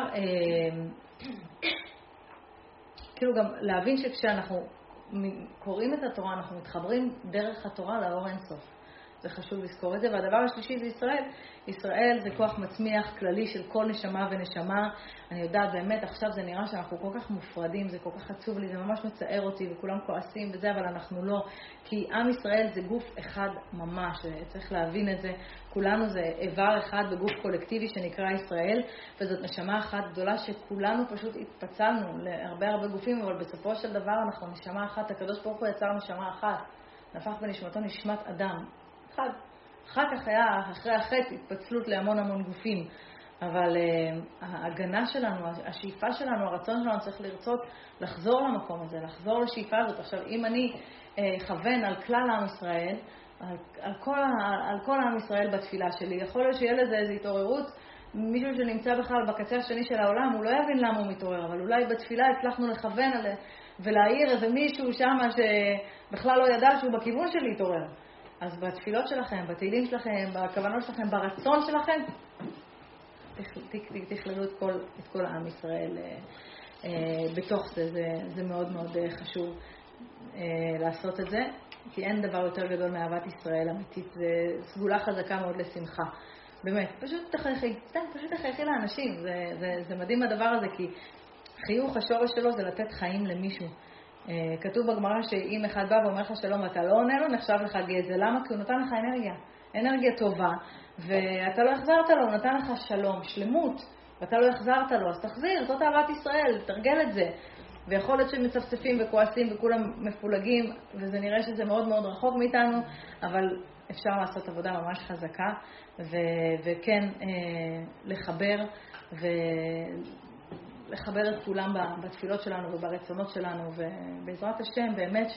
כאילו גם להבין שכשאנחנו קוראים את התורה, אנחנו מתחברים דרך התורה לאור אינסוף. זה חשוב לזכור את זה. והדבר השלישי זה ישראל. ישראל זה כוח מצמיח כללי של כל נשמה ונשמה. אני יודעת באמת, עכשיו זה נראה שאנחנו כל כך מופרדים, זה כל כך עצוב לי, זה ממש מצער אותי וכולם כועסים וזה, אבל אנחנו לא. כי עם ישראל זה גוף אחד ממש, צריך להבין את זה. כולנו זה איבר אחד בגוף קולקטיבי שנקרא ישראל, וזאת נשמה אחת גדולה שכולנו פשוט התפצלנו להרבה גופים, אבל בסופו של דבר אנחנו נשמה אחת. הקדוש ברוך הוא יצר נשמה אחת, נפח בנשמתו נשמת אדם. אחר כך היה, אחרי החטא, התפצלות להמון גופים. אבל ההגנה שלנו, השאיפה שלנו, הרצון שלנו צריך לרצות לחזור למקום הזה, לחזור לשאיפה הזאת. עכשיו, אם אני כוון על כלל עם ישראל, על כל עם ישראל בתפילה שלי, יכול להיות שיהיה לזה איזו התעוררות מישהו שנמצא בכלל בקצה השני של העולם, הוא לא יבין למה הוא מתעורר, אבל אולי בתפילה הצלחנו לכוון ולהעיר איזה מישהו שם שבכלל לא ידע שהוא בכיוון של להתעורר. אז בתפילות שלכם, בתהילים שלכם, בכוונות שלכם, ברצון שלכם, תכללו את כל העם ישראל בתוך זה. זה מאוד מאוד חשוב לעשות את זה, כי אין דבר יותר גדול מאהבת ישראל אמיתית. זה סגולה חזקה מאוד לשמחה. באמת, פשוט תחייכי, פשוט תחייכי לאנשים. זה מדהים הדבר הזה, כי חיוך השורש שלו זה לתת חיים למישהו. כתוב בגמרא שאם אחד בא ואומר לך שלום, אתה לא עונה לו, נחשב לך גזל. למה? כי הוא נתן לך אנרגיה טובה, ואתה לא החזרת לו, הוא נתן לך שלום, שלמות, ואתה לא החזרת לו, אז תחזיר, זאת אהבת ישראל, תרגל את זה. ויכול להיות שמצפצפים וכועסים וכולם מפולגים, וזה נראה שזה מאוד מאוד רחוק מאיתנו, אבל אפשר לעשות עבודה ממש חזקה, וכן לחבר לחבר את כולם בתפילות שלנו וברצונות שלנו, ובעזרת השם באמת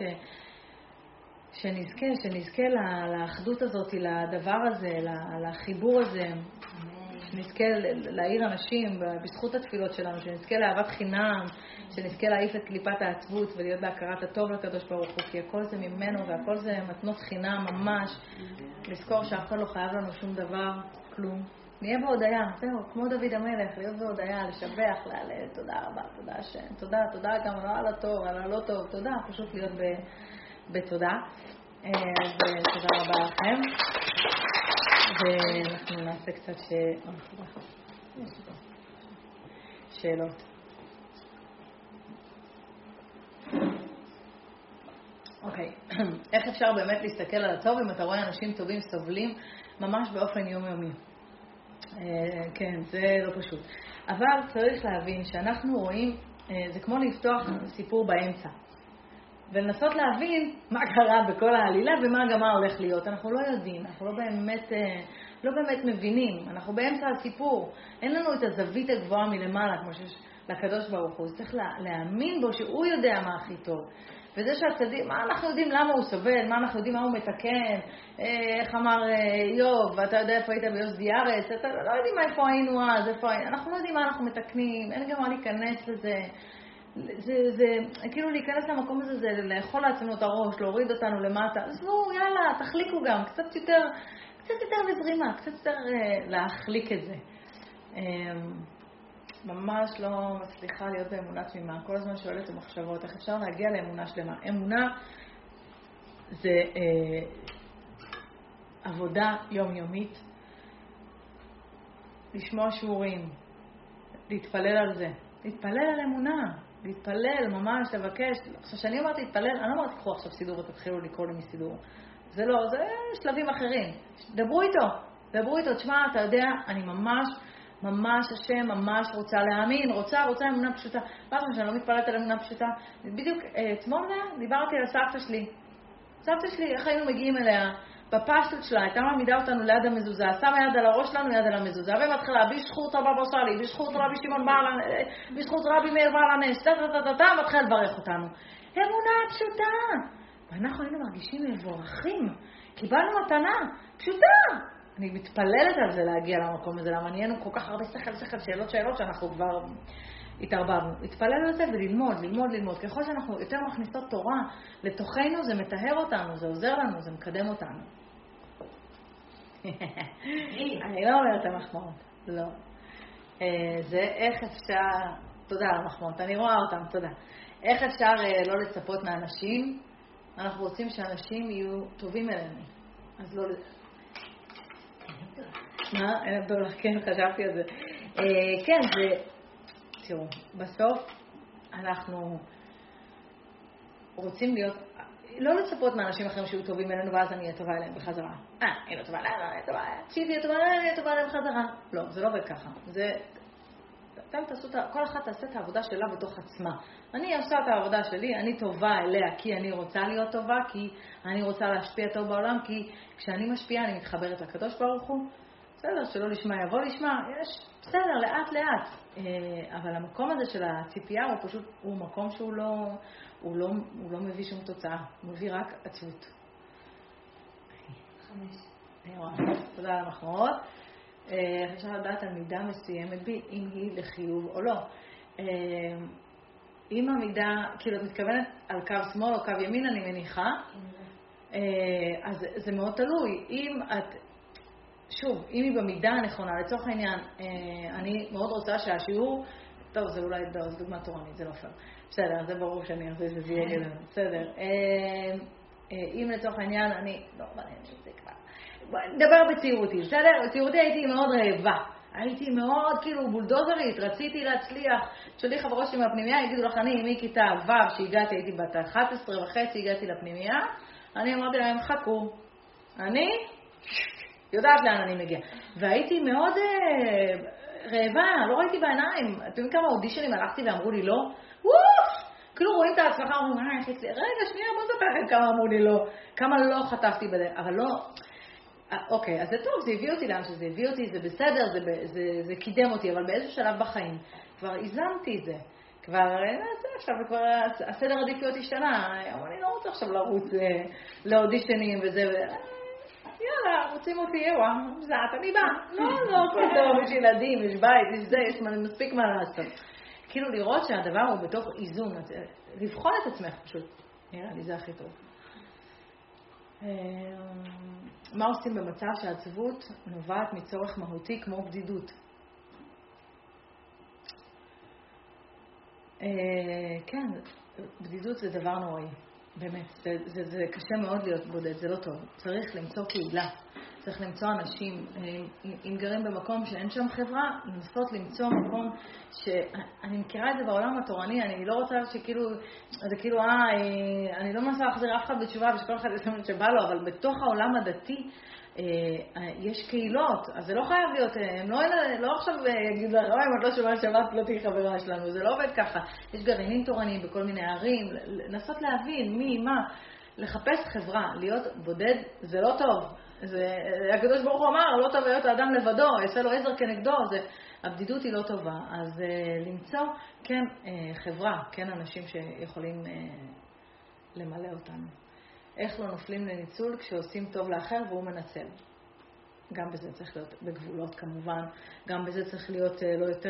שנזכה לאחדות הזאת, לדבר הזה, לחיבור הזה, שנזכה להעיר אנשים בזכות התפילות שלנו, שנזכה לאהבת חינם, שנזכה להעיף את קליפת העצבות ולהיות בהכרת הטוב לקדוש ברוך הוא, כי הכל זה ממנו והכל זה מתנות חינם ממש. לזכור שאף אחד לא חייב לנו שום דבר, כלום. נהיה בהודעה, זהו, כמו דוד המלך, להיות בהודעה, לשבח, להלל, תודה רבה, תודה השם, תודה גם על הטוב, על הלא טוב, תודה, פשוט להיות בתודה. אז תודה רבה לכם. ואנחנו נעשה קצת שאלות. אוקיי, איך אפשר באמת להסתכל על הטוב אם אתה רואה אנשים טובים סובלים ממש באופן יומיומי? כן, זה לא פשוט. אבל צריך להבין שאנחנו רואים, זה כמו לפתוח סיפור באמצע. ולנסות להבין מה קרה בכל העלילה ומה גם מה הולך להיות. אנחנו לא יודעים, אנחנו לא באמת מבינים. אנחנו באמצע הסיפור. אין לנו את הזווית הגבוהה מלמעלה, כמו שיש לקדוש ברוך הוא. צריך להאמין בו שהוא יודע מה הכי טוב. וזה שהצדיק, מה אנחנו יודעים למה הוא סובל, מה אנחנו יודעים מה הוא מתקן, איך אמר איוב, ואתה יודע איפה היית ביוס דיארץ, אתה לא יודעים איפה היינו אז, אנחנו לא יודעים מה אנחנו מתקנים, אין גם מה להיכנס לזה. זה כאילו להיכנס למקום הזה, זה לאכול לעצמנו את הראש, להוריד אותנו למטה. אז לא, יאללה, תחליקו גם, קצת יותר בזרימה, קצת יותר להחליק את זה. ממש לא מצליחה להיות באמונה תמימה. כל הזמן שואלת במחשבות, איך אפשר להגיע לאמונה שלמה? אמונה זה עבודה יומיומית, לשמוע שיעורים, להתפלל על זה, להתפלל על אמונה, להתפלל ממש, לבקש. עכשיו שאני אומרת להתפלל, אני לא אומרת תקחו עכשיו סידור ותתחילו לקרוא לי מסידור. זה לא, זה שלבים אחרים. דברו איתו, תשמע, אתה יודע, אני ממש השם ממש רוצה להאמין, רוצה אמונה פשוטה. מה שאני לא מתפללת על אמונה פשוטה? בדיוק אתמול דיברתי על סבתא שלי, איך היינו מגיעים אליה, בפשטות שלה, הייתה מעמידה אותנו ליד המזוזה, שמה יד על הראש שלנו, יד על המזוזה, ומתחילה, בזכות רבא סאלי, בזכות רבי שמעון בזכות רבי מאיר בעל הנס, מתחילה לברך אותנו. אמונה פשוטה. ואנחנו היינו מרגישים מבורכים, קיבלנו מתנה פשוטה. אני מתפללת על זה להגיע למקום הזה, למה נהיינו כל כך הרבה שכל, שאלות שאנחנו כבר התערבבנו. להתפלל על זה וללמוד. ככל שאנחנו יותר מכניסות תורה לתוכנו, זה מטהר אותנו, זה עוזר לנו, זה מקדם אותנו. אני לא אומרת המחמאות, לא. זה איך אפשר, תודה על המחמאות, אני רואה אותם, תודה. איך אפשר לא לצפות מאנשים? אנחנו רוצים שאנשים יהיו טובים אלינו. אז לא... מה? אין הבדולה, כן, חשבתי על זה. כן, זה... תראו, בסוף אנחנו רוצים להיות... לא לצפות מאנשים אחרים שיהיו טובים אלינו, ואז אני אהיה טובה אליהם בחזרה. אני לא טובה אליהם, אני טובה אליהם. שהיא תהיה טובה אליהם, אני אהיה טובה אליהם בחזרה. לא, זה לא עובד ככה. זה... כל אחת תעשה את העבודה שלה בתוך עצמה. אני עושה את העבודה שלי, אני טובה אליה כי אני רוצה להיות טובה, כי אני רוצה להשפיע טוב בעולם, כי כשאני משפיעה אני מתחברת לקדוש ברוך הוא. בסדר, שלא לשמה יבוא לשמה, יש, בסדר, לאט. אבל המקום הזה של הציפייה הוא פשוט, הוא מקום שהוא לא מביא שום תוצאה, הוא מביא רק עצבות. 5. תודה על המחמאות. אפשר לדעת על מידה מסוימת בי, אם היא לחיוב או לא. אם המידה, כאילו את מתכוונת על קו שמאל או קו ימין, אני מניחה, אז זה מאוד תלוי. אם את, שוב, אם היא במידה הנכונה, לצורך העניין, אני מאוד רוצה שהשיעור, טוב, זה אולי דוגמה תורנית, זה לא פייר. בסדר, זה ברור שאני אעשה שזה יהיה גדול. בסדר. אם לצורך העניין, אני, לא, זה כבר. נדבר בצעירותי, בסדר? בצעירותי הייתי מאוד רעבה. הייתי מאוד כאילו בולדוזרית, רציתי להצליח. כשלי חברות שלי מהפנימייה, יגידו לך, אני מכיתה ו' שהגעתי, הייתי בת 11 וחצי, הגעתי לפנימייה, אני אמרתי להם, חכו. אני יודעת לאן אני מגיעה. והייתי מאוד רעבה, לא ראיתי בעיניים. אתם יודעים כמה אודישנים הלכתי ואמרו לי לא? וואף! כאילו רואים את ההצלחה, אומרים, רגע, שנייה, בוא נספר לכם כמה אמרו לי לא. כמה לא חטפתי בדרך, אבל לא... אוקיי, אז זה טוב, זה הביא אותי לאן שזה הביא אותי, זה בסדר, זה קידם אותי, אבל באיזשהו שלב בחיים כבר איזמתי את זה. כבר, עכשיו כבר הסדר עדיפויות השתנה, אני לא רוצה עכשיו לרוץ לאודישנים וזה, יאללה, רוצים אותי, אני באה. לא, כל טוב, יש ילדים, יש בית, יש זה, יש מספיק מה לעשות. כאילו לראות שהדבר הוא בתוך איזון, לבחון את עצמך פשוט, נראה לי, זה הכי טוב. מה עושים במצב שהעצבות נובעת מצורך מהותי כמו בדידות? כן, בדידות זה דבר נוראי, באמת. זה קשה מאוד להיות בודד, זה לא טוב. צריך למצוא קהילה, צריך למצוא אנשים. אם גרים במקום שאין שם חברה, לנסות למצוא מקום שאני מכירה את זה בעולם התורני, אני לא רוצה שכאילו, זה כאילו, אני לא מנסה להחזיר אף אחד בתשובה ושכל אחד יסמן שבא לו, אבל בתוך העולם הדתי יש קהילות, אז זה לא חייב להיות, הם לא עכשיו יגידו לך, אם את לא שומעת שבת לא תהי חברה שלנו, זה לא עובד ככה. יש גרעינים תורניים בכל מיני ערים, לנסות להבין מי, מה, לחפש חברה, להיות בודד זה לא טוב. הקדוש ברוך הוא אמר, לא טוב להיות האדם לבדו, יעשה לו עזר כנגדו, הבדידות היא לא טובה. אז למצוא, כן, חברה, כן, אנשים שיכולים למלא אותנו. איך לא נופלים לניצול כשעושים טוב לאחר והוא מנצל. גם בזה צריך להיות בגבולות כמובן, גם בזה צריך להיות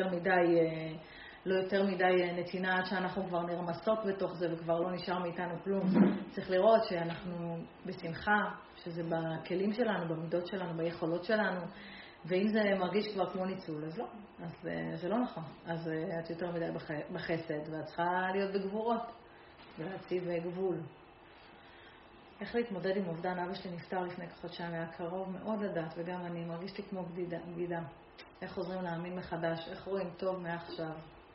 לא יותר מדי נתינה עד שאנחנו כבר נרמסות בתוך זה וכבר לא נשאר מאיתנו כלום. צריך לראות שאנחנו בשמחה, שזה בכלים שלנו, במידות שלנו, ביכולות שלנו, ואם זה מרגיש כבר כמו ניצול, אז לא. אז זה לא נכון. אז את יותר מדי בחסד, ואת צריכה להיות בגבורות ולהציב גבול. איך להתמודד עם אובדן? אבא שלי נפטר לפני כחודשיים, היה קרוב מאוד לדעת, וגם אני מרגיש לי כמו בגידה. איך חוזרים להאמין מחדש? איך רואים טוב מעכשיו?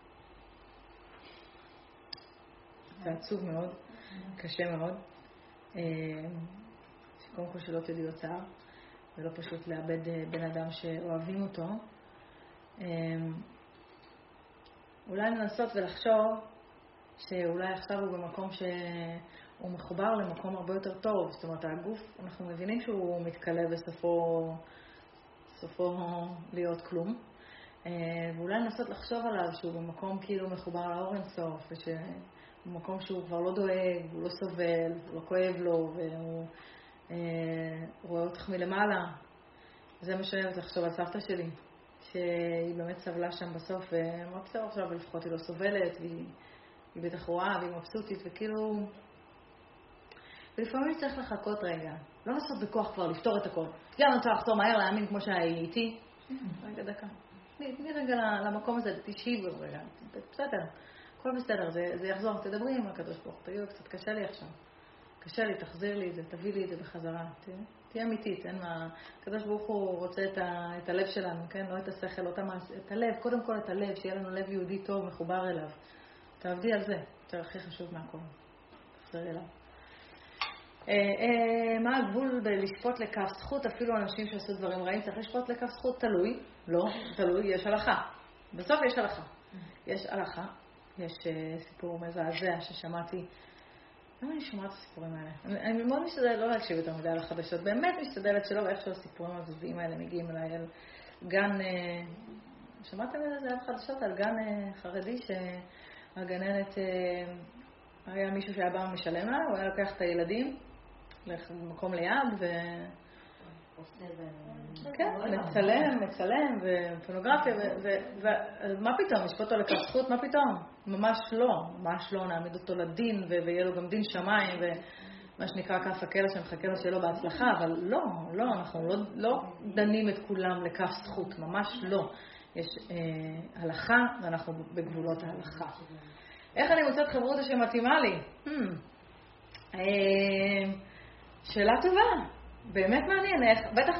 זה עצוב מאוד, קשה מאוד. שקודם כל שלא תדעי צער, ולא פשוט לאבד בן אדם שאוהבים אותו. אולי לנסות ולחשוב שאולי עכשיו הוא במקום הוא מחובר למקום הרבה יותר טוב. זאת אומרת, הגוף, אנחנו מבינים שהוא מתקלה בסופו להיות כלום. ואולי לנסות לחשוב עליו שהוא במקום כאילו מחובר לאור אינסוף, במקום שהוא כבר לא דואג, הוא לא סובל, הוא לא כואב לו, והוא רואה אותך מלמעלה. זה מה שאני אוהבת לחשוב על סבתא שלי, שהיא באמת סבלה שם בסוף, ואמרה בסדר עכשיו, לפחות היא לא סובלת, והיא בטח רואה, והיא מבסוטית, וכאילו... ולפעמים צריך לחכות רגע, לא לעשות בכוח כבר, לפתור את הכל. יאללה, אני רוצה לחזור מהר, להאמין כמו שהייתי. רגע, דקה. תני רגע למקום הזה, תשאיב רגע, בסדר. הכל בסדר, זה יחזור, תדברי עם הקדוש ברוך הוא, תגידו, קצת קשה לי עכשיו. קשה לי, תחזיר לי את זה, תביא לי את זה בחזרה. תהיה אמיתית, אין מה... הקדוש ברוך הוא רוצה את הלב שלנו, כן? לא את השכל, לא את הלב, קודם כל את הלב, שיהיה לנו לב יהודי טוב, מחובר אליו. תעבדי על זה, זה הכי חשוב מהכל. תחזרי אליו. מה הגבול בלשפוט לכף זכות? אפילו אנשים שעשו דברים רעים, צריך לשפוט לכף זכות? תלוי. לא, תלוי, יש הלכה. בסוף יש הלכה. יש הלכה. יש סיפור מזעזע ששמעתי. למה אני שומעת את הסיפורים האלה? אני מאוד משתדלת לא להקשיב יותר מדי על החדשות. באמת משתדלת שלא, ואיכשהו הסיפורים הזוויים האלה מגיעים אליי על גן... שמעתם את זה על חדשות? על גן חרדי שהגננת... היה מישהו שהיה בא ומשלם לה, הוא היה לוקח את הילדים למקום ליד כן, מצלם ופורנוגרפיה, ומה פתאום, יש פה אותו לכף זכות, מה פתאום? ממש לא, נעמיד אותו לדין, ויהיה לו גם דין שמיים, ומה שנקרא כף הקלע שמחכה לו שיהיה לו בהצלחה, אבל לא, אנחנו לא דנים את כולם לכף זכות, ממש לא. יש הלכה, ואנחנו בגבולות ההלכה. איך אני מוצאת חברות שמתאימה לי? שאלה טובה. באמת מעניין, בטח,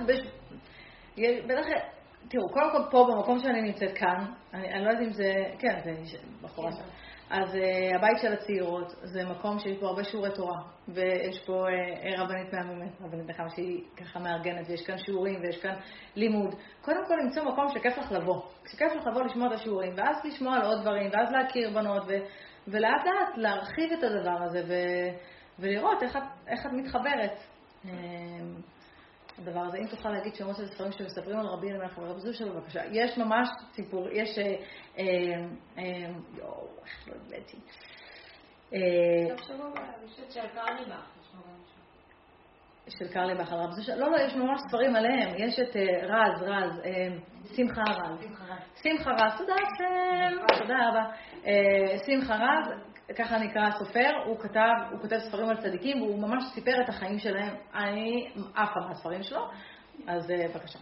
תראו, קודם כל פה במקום שאני נמצאת כאן, אני לא יודעת אם זה, כן, זה בחורה שם, אז הבית של הצעירות זה מקום שיש פה הרבה שיעורי תורה, ויש פה רבנית מהממת, רבנית נחמה שהיא ככה מארגנת, ויש כאן שיעורים ויש כאן לימוד. קודם כל למצוא מקום שכיף לך לבוא, שכיף לך לבוא לשמוע את השיעורים, ואז לשמוע על עוד דברים, ואז להכיר בנות, ולאט לאט להרחיב את הדבר הזה, ולראות איך את מתחברת. הדבר הזה, אם תוכל להגיד שמות של ספרים שמספרים על רבי אלימלך ורב זושה, בבקשה. יש ממש סיפור, יש איך לא הבאתי. תחשבו, אני חושבת של קרליבך. של קרליבך על רב זושה. לא, יש ממש ספרים עליהם. יש את רז, שמחה רז. תודה רבה. שמחה רז, ככה נקרא הסופר, הוא כותב ספרים על צדיקים, והוא ממש סיפר את החיים שלהם. אני עפה מהספרים שלו, אז בבקשה.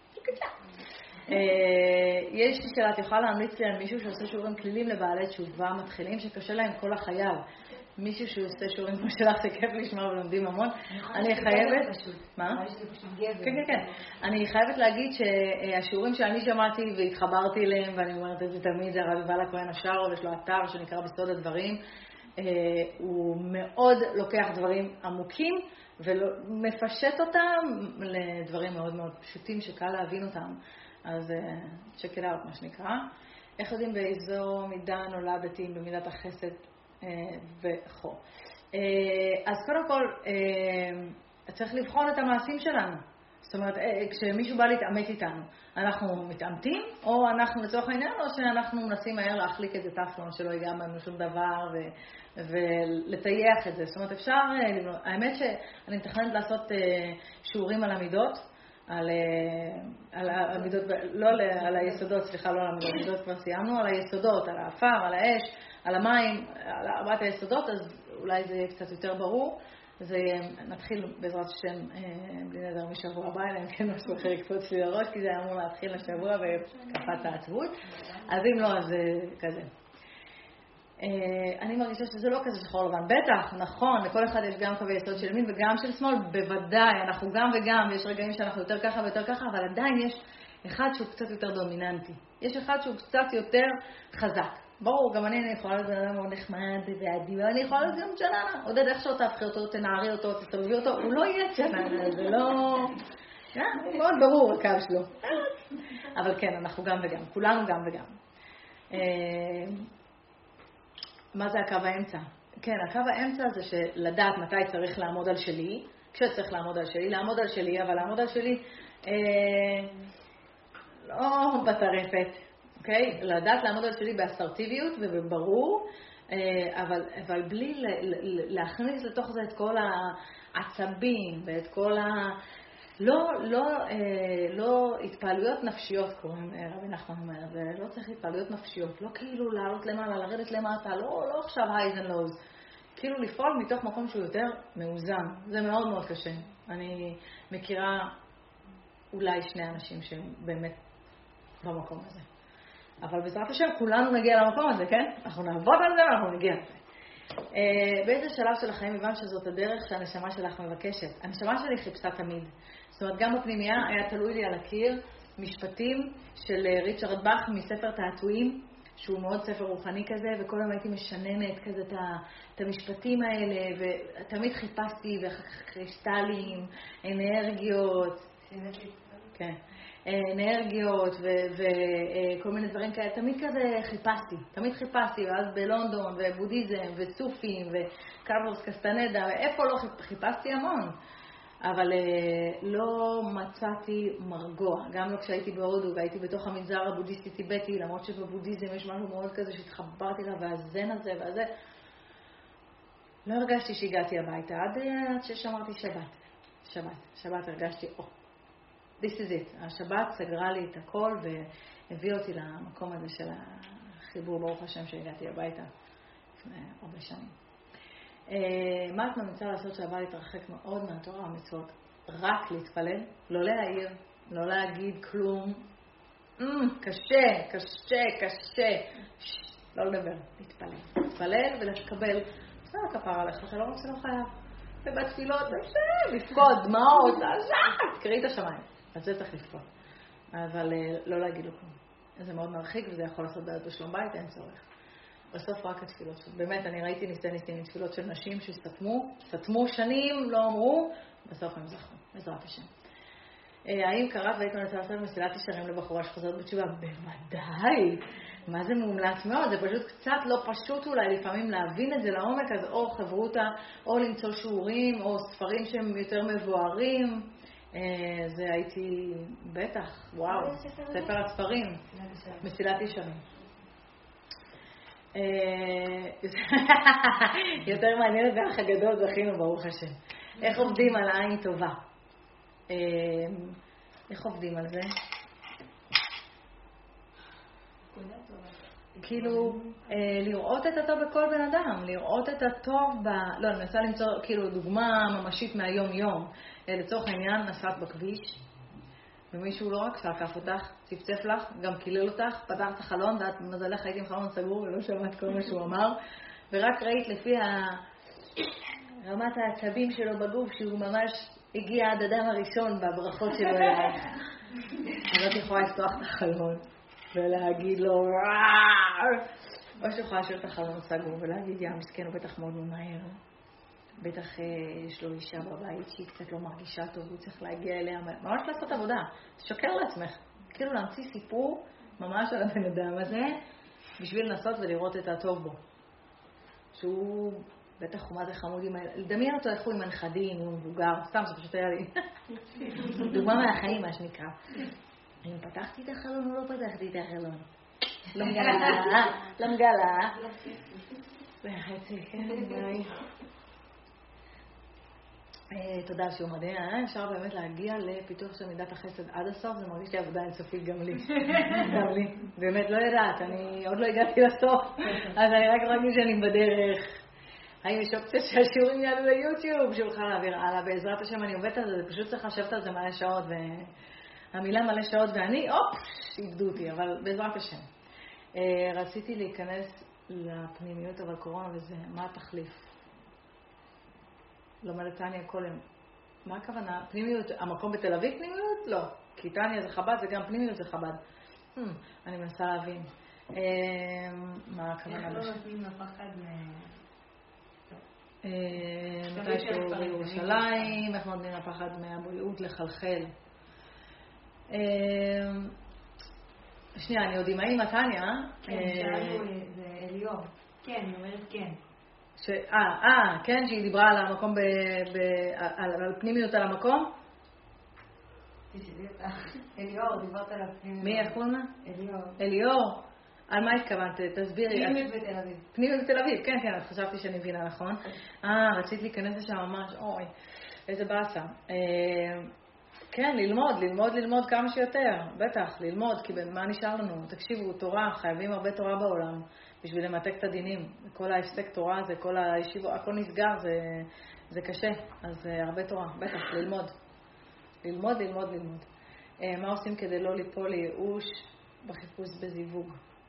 יש לי שאלה, את יכולה להמליץ לי על מישהו שעושה שיעורים כלילים לבעלי תשובה מתחילים, שקשה להם כל החייו. מישהו שעושה שיעורים כמו שלך, שכיף לשמוע ולומדים המון. אני חייבת... מה? כן. אני חייבת להגיד שהשיעורים שאני שמעתי והתחברתי אליהם, ואני אומרת את זה תמיד, זה הרב יובל הכהן השארו, ויש לו אתר שנקרא בסוד הדברים. הוא מאוד לוקח דברים עמוקים, ומפשט אותם לדברים מאוד מאוד פשוטים שקל להבין אותם. אז check it out, מה שנקרא. איך יודעים באיזו מידה נולדתי במידת החסד וכו. אז קודם כל, צריך לבחון את המעשים שלנו. זאת אומרת, כשמישהו בא להתעמת איתנו, אנחנו מתעמתים, או אנחנו לצורך העניין, או שאנחנו מנסים מהר להחליק את זה טפלון, שלא ייגע בנו שום דבר, ולטייח את זה. זאת אומרת, אפשר, האמת שאני מתכננת לעשות שיעורים על המידות, על המידות, לא על היסודות, סליחה, לא על המידות, כבר סיימנו, על היסודות, על האפר, על האש, על המים, על ארבעת היסודות, אז אולי זה יהיה קצת יותר ברור. זה נתחיל בעזרת השם בלי נדר משבוע הבא, אלא אם כן משהו אחר יקפוץ לי לראש, כי זה היה אמור להתחיל לשבוע וקפת העצבות. אז אם לא, אז כזה. אני מרגישה שזה לא כזה שחור לבן. בטח, נכון, לכל אחד יש גם קווי יסוד של ימין וגם של שמאל, בוודאי, אנחנו גם וגם, ויש רגעים שאנחנו יותר ככה ויותר ככה, אבל עדיין יש אחד שהוא קצת יותר דומיננטי. יש אחד שהוא קצת יותר חזק. ברור, גם אני יכולה להיות אדם מאוד נחמד ועדי, ואני יכולה להיות גם צ'ננה. עודד, איך שאתה תהפכי אותו, תנערי אותו, תסתובבי אותו, הוא לא יהיה צ'ננה, זה לא... מאוד ברור הקו שלו. אבל כן, אנחנו גם וגם, כולנו גם וגם. מה זה הקו האמצע? כן, הקו האמצע זה שלדעת מתי צריך לעמוד על שלי, כשצריך לעמוד על שלי, לעמוד על שלי, אבל לעמוד על שלי לא בטרפת. אוקיי? לדעת לעמוד על שלי באסרטיביות ובברור, אבל בלי להכניס לתוך זה את כל העצבים ואת כל לא התפעלויות נפשיות, קוראים רבי נחמן אומר, זה לא צריך התפעלויות נפשיות, לא כאילו לעלות למעלה, לרדת למטה, לא עכשיו highs and lows, כאילו לפעול מתוך מקום שהוא יותר מאוזן. זה מאוד מאוד קשה. אני מכירה אולי שני אנשים שהם באמת במקום הזה. אבל בעזרת השם כולנו נגיע למקום הזה, כן? אנחנו נעבוד על זה ואנחנו נגיע לזה. באיזה שלב של החיים הבנת שזאת הדרך שהנשמה שלך מבקשת? הנשמה שלי חיפשה תמיד. זאת אומרת, גם בפנימיה היה תלוי לי על הקיר משפטים של ריצ'רד באך מספר תעתועים, שהוא מאוד ספר רוחני כזה, וכל יום הייתי משננת כזה את המשפטים האלה, ותמיד חיפשתי וקריסטלים, אנרגיות. כן. אנרגיות וכל מיני דברים כאלה, תמיד כזה חיפשתי, ואז בלונדון ובודהיזם וסופים וקרלוס קסטנדה, ואיפה לא חיפשתי המון, אבל לא מצאתי מרגוע, גם לא כשהייתי בהודו והייתי בתוך המנזר הבודהיסטי טיבטי, למרות שבבודהיזם יש משהו מאוד כזה שהתחברתי לה, והזן הזה והזה, לא הרגשתי שהגעתי הביתה, עד ששמרתי שבת הרגשתי, this is it. השבת סגרה לי את הכל והביא אותי למקום הזה של החיבור, ברוך השם, שהגעתי הביתה לפני הרבה שנים. מה את ממליצה לעשות שהבא להתרחק מאוד מהתורה והמצוות? רק להתפלל, לא להעיר, לא להגיד כלום. קשה. לא לדבר, להתפלל ולקבל. זה הכפרה עליך, אתה לא רוצה, לא חייב. ובתפילות, לפקוד, דמעות, תקראי את השמיים. אז זה צריך לפקוד. אבל לא להגיד לו כלום. זה מאוד מרחיק וזה יכול לעשות בעיות בשלום בית, אין צורך. בסוף רק התפילות. באמת, אני ראיתי ניסים תפילות של נשים שסתמו שנים, לא אמרו, בסוף הם זכו, בעזרת השם. האם קראת והיית מנסה לעשות מסילת ישרים לבחורה שחוזרת בתשובה? בוודאי. מה זה מומלץ מאוד? זה פשוט קצת לא פשוט אולי לפעמים להבין את זה לעומק, אז או חברותה, או למצוא שיעורים, או ספרים שהם יותר מבוארים. זה הייתי, בטח, וואו, ספר הספרים, מסילת ישרים. יותר מעניינת באח הגדול, זכינו ברוך השם. איך עובדים על עין טובה? איך עובדים על זה? כאילו, לראות את הטוב בכל בן אדם, לראות את הטוב לא, אני מנסה למצוא כאילו דוגמה ממשית מהיום יום. לצורך העניין, נסעת בכביש, ומישהו לא רק שעקף אותך, צפצף לך, גם קילל אותך, פתח את החלון, ואת מזלך הייתי עם חלון סגור ולא שמעת כל מה שהוא אמר, ורק ראית לפי רמת העצבים שלו בגוף, שהוא ממש הגיע עד אדם הראשון בברכות שלו אליי. אז את יכולה לפתוח את החלון ולהגיד לו, או שיכולה להשאיר את החלון סגור ולהגיד, יא מסכן, הוא בטח מאוד ממהר. בטח יש לו אישה בבית שהיא קצת לא מרגישה טוב, הוא צריך להגיע אליה, ממש לעשות עבודה. תשקר לעצמך, כאילו להמציא סיפור ממש על הבן אדם הזה, בשביל לנסות ולראות את הטוב בו. שהוא בטח הוא מה זה חמוד, לדמיין אותו איך הוא עם הנכדים, הוא מבוגר, סתם זה פשוט היה לי. דוגמה מהחיים, מה שנקרא. אם פתחתי את החלון או לא פתחתי את החלון? לא מגלה. וחצי, כן, ביי. תודה שהוא מדהים, אפשר באמת להגיע לפיתוח של מידת החסד עד הסוף, זה מרגיש לי עבודה אינסופית גם לי. גם לי. באמת לא יודעת, אני עוד לא הגעתי לסוף, אז אני רק מרגיש שאני בדרך. האם יש אופציה שהשיעורים יעלו ליוטיוב, שאוכל להעביר הלאה, בעזרת השם אני עובדת על זה, פשוט צריך לשבת על זה מלא שעות, והמילה מלא שעות ואני, איבדו אותי, אבל בעזרת השם. רציתי להיכנס לפנימיות, אבל קורונה וזה, מה התחליף? לומדת טניה קודם. מה הכוונה? פנימיות, המקום בתל אביב פנימיות? לא. כי טניה זה חב"ד, זה גם פנימיות זה חב"ד. אני מנסה להבין. מה הכוונה? איך לא נותנים לפחד מתי שהוא בירושלים, איך נותנים לפחד מהבריאות לחלחל. שנייה, אני יודעים, האם הטניה? כן, שאלנו, זה אליאור. כן, היא אומרת כן. כן, שהיא דיברה על המקום, על פנימיות על המקום? אליאור, דיברת על הפנימיות. מי, איך קוראים לה? אליאור. על מה התכוונת? תסבירי. פנימיות בתל אביב. פנימיות בתל אביב, כן, כן, חשבתי שאני מבינה, נכון? רצית להיכנס לשם ממש, אוי, איזה באסה. כן, ללמוד כמה שיותר, בטח, ללמוד, כי מה נשאר לנו? תקשיבו, תורה, חייבים הרבה תורה בעולם. בשביל למתק את הדינים. כל ההפסק תורה הזה, כל הישיבות, הכל נסגר, זה קשה. אז הרבה תורה, בטח, ללמוד. מה עושים כדי לא ליפול לייאוש בחיפוש בזיווג?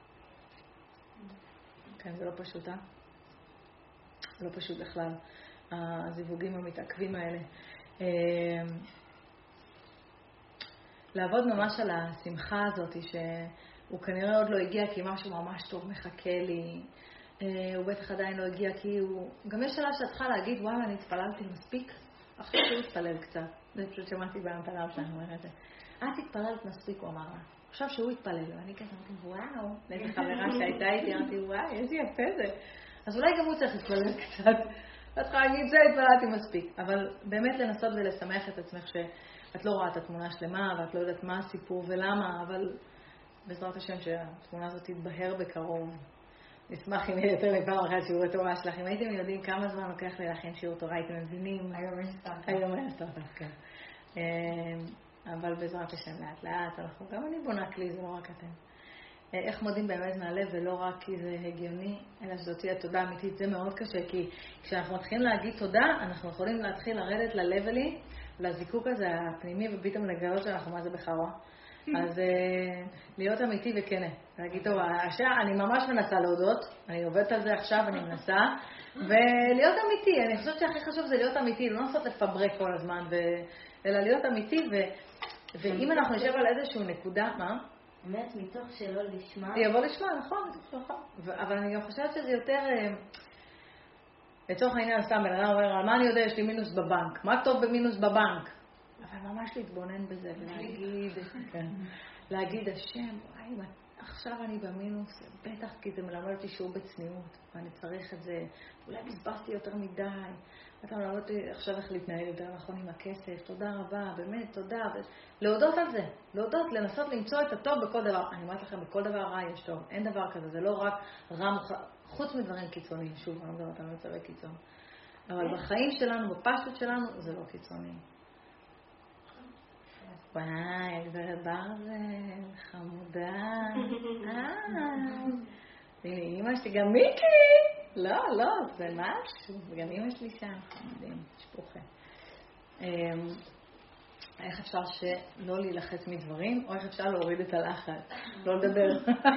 כן, זה לא פשוט, לא פשוט בכלל. הזיווגים המתעכבים האלה. לעבוד ממש על השמחה הזאת הוא כנראה עוד לא הגיע כי משהו ממש טוב מחכה לי. הוא בטח עדיין לא הגיע כי הוא... גם יש שאלה שאת צריכה להגיד, וואלה, אני התפללתי מספיק. עכשיו שהוא התפלל קצת. זה פשוט שמעתי בהמתנה שאני אומרת את זה. את התפללת מספיק, הוא אמר לה. עכשיו שהוא התפלל. ואני כזה אמרתי, וואו. לאיזה חברה שהייתה איתי, אמרתי, וואו, איזה יפה זה. אז אולי גם הוא צריך להתפלל קצת. את צריכה להגיד, זה התפללתי מספיק. אבל באמת לנסות ולשמח את עצמך שאת לא רואה את התמונה שלמה, ואת לא יודעת מה הסיפור ולמה, אבל בעזרת השם שהתמונה הזאת תתבהר בקרוב. נשמח אם יהיה יותר מפעם אחת שיעורי תורה שלך. אם הייתם יודעים כמה זמן לוקח לי להכין שיעור תורה, הייתם מבינים. היום יש סטארט-אפ. היום יש סטארט-אפ, כן. אבל בעזרת השם לאט לאט, גם אני בונה כלי, זה לא רק אתם. איך מודים באמת מהלב, ולא רק כי זה הגיוני, אלא שזאת תהיה תודה אמיתית. זה מאוד קשה, כי כשאנחנו מתחילים להגיד תודה, אנחנו יכולים להתחיל לרדת ללבלי, לזיקוק הזה הפנימי, ופתאום לגלות שאנחנו מה זה בחרוע. אז להיות אמיתי וכנה. להגיד, טוב, אני ממש מנסה להודות, אני עובדת על זה עכשיו, אני מנסה, ולהיות אמיתי. אני חושבת שהכי חשוב זה להיות אמיתי, לא לנסות לפברק כל הזמן, אלא להיות אמיתי, ואם אנחנו נשב על איזשהו נקודה, מה? באמת, מתוך שלא לשמה. יבוא לשמה, נכון. אבל אני גם חושבת שזה יותר, לצורך העניין, סתם, בן אדם אומר, על מה אני יודע, יש לי מינוס בבנק. מה טוב במינוס בבנק? אבל ממש להתבונן בזה ולהגיד, השם, וואי, עכשיו אני במינוס, בטח כי זה מלמד אותי שיעור בצניעות, ואני צריך את זה, אולי בזבזתי יותר מדי, אתה מלמד אותי עכשיו איך להתנהל יותר נכון עם הכסף, תודה רבה, באמת, תודה, להודות על זה, להודות, לנסות למצוא את הטוב בכל דבר, אני אומרת לכם, בכל דבר רע יש טוב, אין דבר כזה, זה לא רק רע, חוץ מדברים קיצוניים, שוב, אני לא מדברת על מצבי קיצון, אבל בחיים שלנו, בפשטות שלנו, זה לא קיצוני. וואי, גברת ברזל, חמודה. הנה, אמא שלי, גם מיקי. לא, זה משהו. וגם אמא שלי שם, חמודים, שפוחה. איך אפשר שלא להילחץ מדברים, או איך אפשר להוריד את הלחץ? לא לדבר.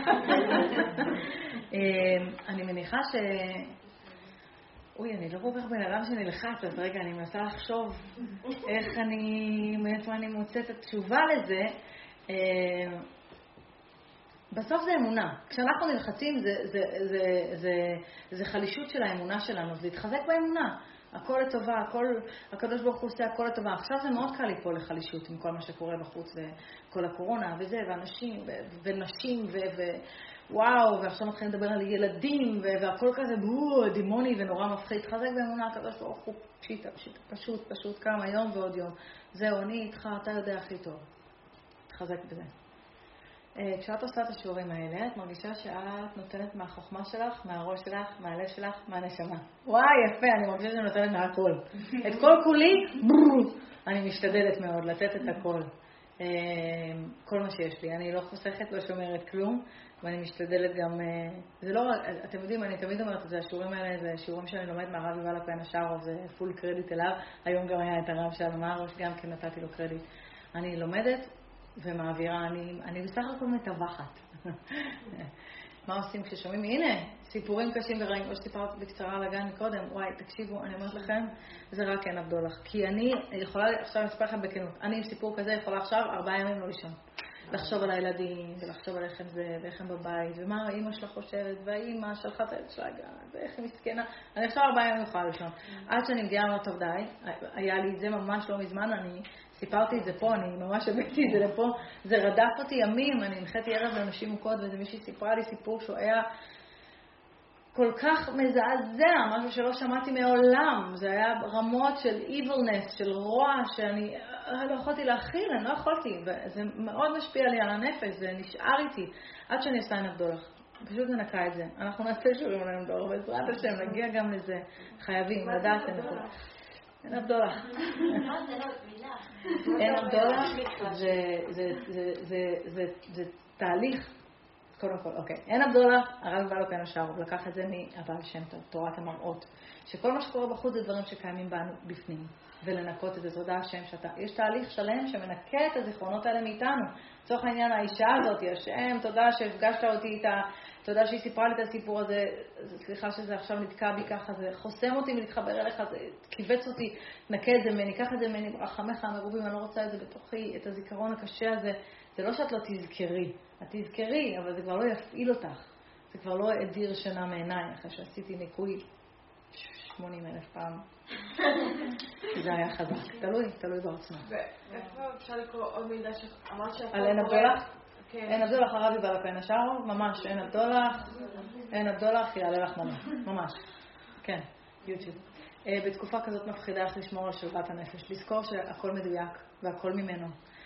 אני מניחה אני לא כל כך בן אדם שנלחץ, אז רגע, אני מנסה לחשוב מאיפה אני מוצאת את התשובה לזה. בסוף זה אמונה. כשאנחנו נלחצים, זה חלישות של האמונה שלנו, זה להתחזק באמונה. הכל לטובה, הקדוש ברוך הוא עושה הכל לטובה. עכשיו זה מאוד קל ליפול לחלישות עם כל מה שקורה בחוץ וכל הקורונה וזה, ואנשים ונשים וואו, ועכשיו מתחילים לדבר על ילדים והכל כזה דימוני ונורא מפחיד. תחזק באמונה, הקדוש ברוך הוא פשוט כמה יום ועוד יום. זהו, אני איתך, אתה יודע הכי טוב. תחזק בזה. כשאת עושה את השיעורים האלה, את מרגישה שאת נותנת מהחוכמה שלך, מהראש שלך, מהלב שלך, מהנשמה. וואי, יפה, אני מרגישה שאני נותנת מהכל. את כל כולי, אני משתדלת מאוד לתת את הכל. כל מה שיש לי. אני לא חוסכת, לא שומרת כלום, ואני משתדלת גם, זה לא, אתם יודעים, אני תמיד אומרת את זה, השיעורים האלה זה שיעורים שאני לומד מהרב יובל הכהן השארוב, זה פול קרדיט אליו. היום גם היה את הרב שלום הרוש, גם כן נתתי לו קרדיט. אני לומדת ומעבירה, אני בסך הכל מטווחת. מה עושים כששומעים? הנה, סיפורים קשים ורעים, כמו שסיפרת בקצרה על הגן מקודם. וואי, תקשיבו, אני אומרת לכם, זה רק אין אבדולח. כי אני יכולה, עכשיו אני אספר לכם בכנות, אני עם סיפור כזה יכולה עכשיו 4 ימים לא לישון. לחשוב על הילדים, ולחשוב על איך הם זה, ואיך הם בבית, ומה האמא שלה חושבת, והאמא שלחה את הילד שלה גם, ואיך היא מסכנה. אני עכשיו 4 ימים יכולה לישון. עד שאני מגיעה אמרת טוב די, היה לי את זה ממש לא מזמן, אני סיפרתי את זה פה, אני ממש הבאתי את זה לפה, זה רדף אותי ימים, אני הנחיתי ערב לאנשים מוכות, וזה מישהי סיפרה לי סיפור שהוא היה כל כך מזעזע, משהו שלא שמעתי מעולם, זה היה רמות של evilness, של רוע, שאני לא יכולתי להכיל, אני לא יכולתי, וזה מאוד משפיע לי על הנפש, זה נשאר איתי, עד שאני עושה עין אבדולח. פשוט ננקה את זה. אנחנו נעשה שיעורים על עין אבדולח, בעזרת השם, נגיע גם לזה. חייבים, לדעת עין אבדולח. עין אבדולח. עין אבדולח זה תהליך, קודם כל, אוקיי. עין אבדולח, הרב יובל הכהן השארוב, לקח את זה מהבעל שם טוב, תורת המראות. שכל מה שקורה בחוץ זה דברים שקיימים בנו בפנים. ולנקות את זה, תודה השם יש תהליך שלם שמנקה את הזיכרונות האלה מאיתנו. לצורך העניין, האישה הזאת, השם, תודה שהפגשת אותי איתה, תודה שהיא סיפרה לי את הסיפור הזה, סליחה שזה עכשיו נתקע בי ככה, זה חוסם אותי מלהתחבר אליך, זה קיבץ אותי, נקה את זה ממני, קח את זה ממני, רחמך המרובים, אני לא רוצה את זה בתוכי, את הזיכרון הקשה הזה. זה לא שאת לא תזכרי, את תזכרי, אבל זה כבר לא יפעיל אותך. זה כבר לא אדיר שינה מעיניי, אחרי שעשיתי ניקוי 80,000 פעם. זה היה חזק. תלוי בעוצמה. ואיפה אפשר לקרוא עוד מידע שאמרת שאתה על עין אבדולח? עין אבדולח, הרב יובל הכהן השארוב, ממש, עין אבדולח, יעלה לך ממש. כן, יוטיוב. בתקופה כזאת מפחידה איך לשמור על שלוות הנפש, לזכור שהכל מדויק והכל ממנו.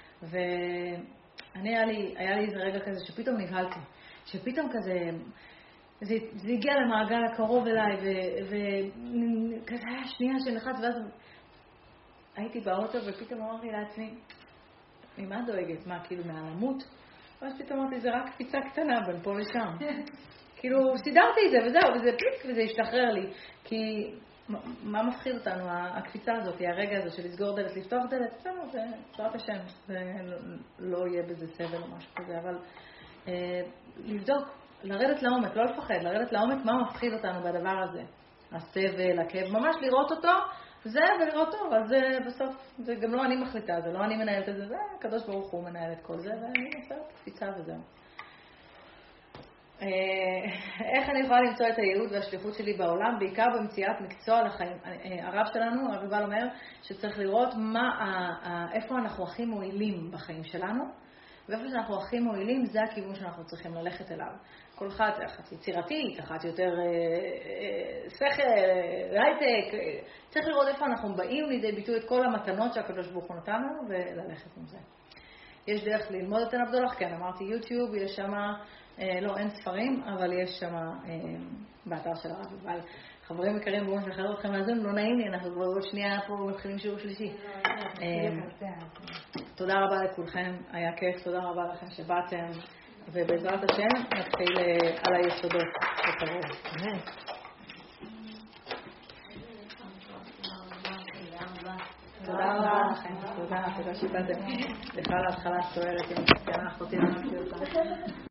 היה לי איזה רגע כזה שפתאום נבהלתי, שפתאום כזה, זה הגיע למעגל הקרוב אליי, וכזה היה שנייה שנחת, ואז הייתי באוטו ופתאום אמרתי לעצמי, ממה דואגת? מה, כאילו מהעלמות? ואז פתאום אמרתי, זה רק קפיצה קטנה בין פה לשם. כאילו, סידרתי את זה וזהו, וזה פליק, וזה השתחרר לי. כי מה מפחיד אותנו, הקפיצה הזאת, הרגע הזה של לסגור דלת, לפתוח דלת, בסדר, זה בעזרת השם, לא יהיה בזה סבל או משהו כזה, אבל לבדוק, לרדת לעומק, לא לפחד, לרדת לעומק מה מפחיד אותנו בדבר הזה. הסבל, הכאב, ממש לראות אותו, זה ולראות טוב, אז זה בסוף, זה גם לא אני מחליטה, זה לא אני מנהלת את זה, זה הקדוש ברוך הוא מנהל את כל זה, ואני עושה את קפיצה וזהו. איך אני יכולה למצוא את הייעוד והשליחות שלי בעולם, בעיקר במציאת מקצוע לחיים. הרב שלנו, הרב יובל אומר, שצריך לראות איפה אנחנו הכי מועילים בחיים שלנו, ואיפה שאנחנו הכי מועילים, זה הכיוון שאנחנו צריכים ללכת אליו. כל אחד, אחת יצירתית, אחת יותר שכל, הייטק, צריך לראות איפה אנחנו באים לידי ביטוי את כל המתנות שהקדוש ברוך הוא נתן לנו, וללכת עם זה. יש דרך ללמוד את הנבדולח, כן, אמרתי יוטיוב, יש שם, לא, אין ספרים, אבל יש שם באתר של הרב יובל. חברים יקרים, בואו נשחרר אתכם מהזום, לא נעים לי, אנחנו כבר עוד שנייה פה מתחילים שיעור שלישי. תודה רבה לכולכם, היה כיף, תודה רבה לכם שבאתם, ובעזרת השם נתחיל על היסודות בקרוב. אמן. תודה רבה לכם, תודה שבאתם. סליחה להתחלה סוערת עם הסכנה, אחותי נמתי אותה.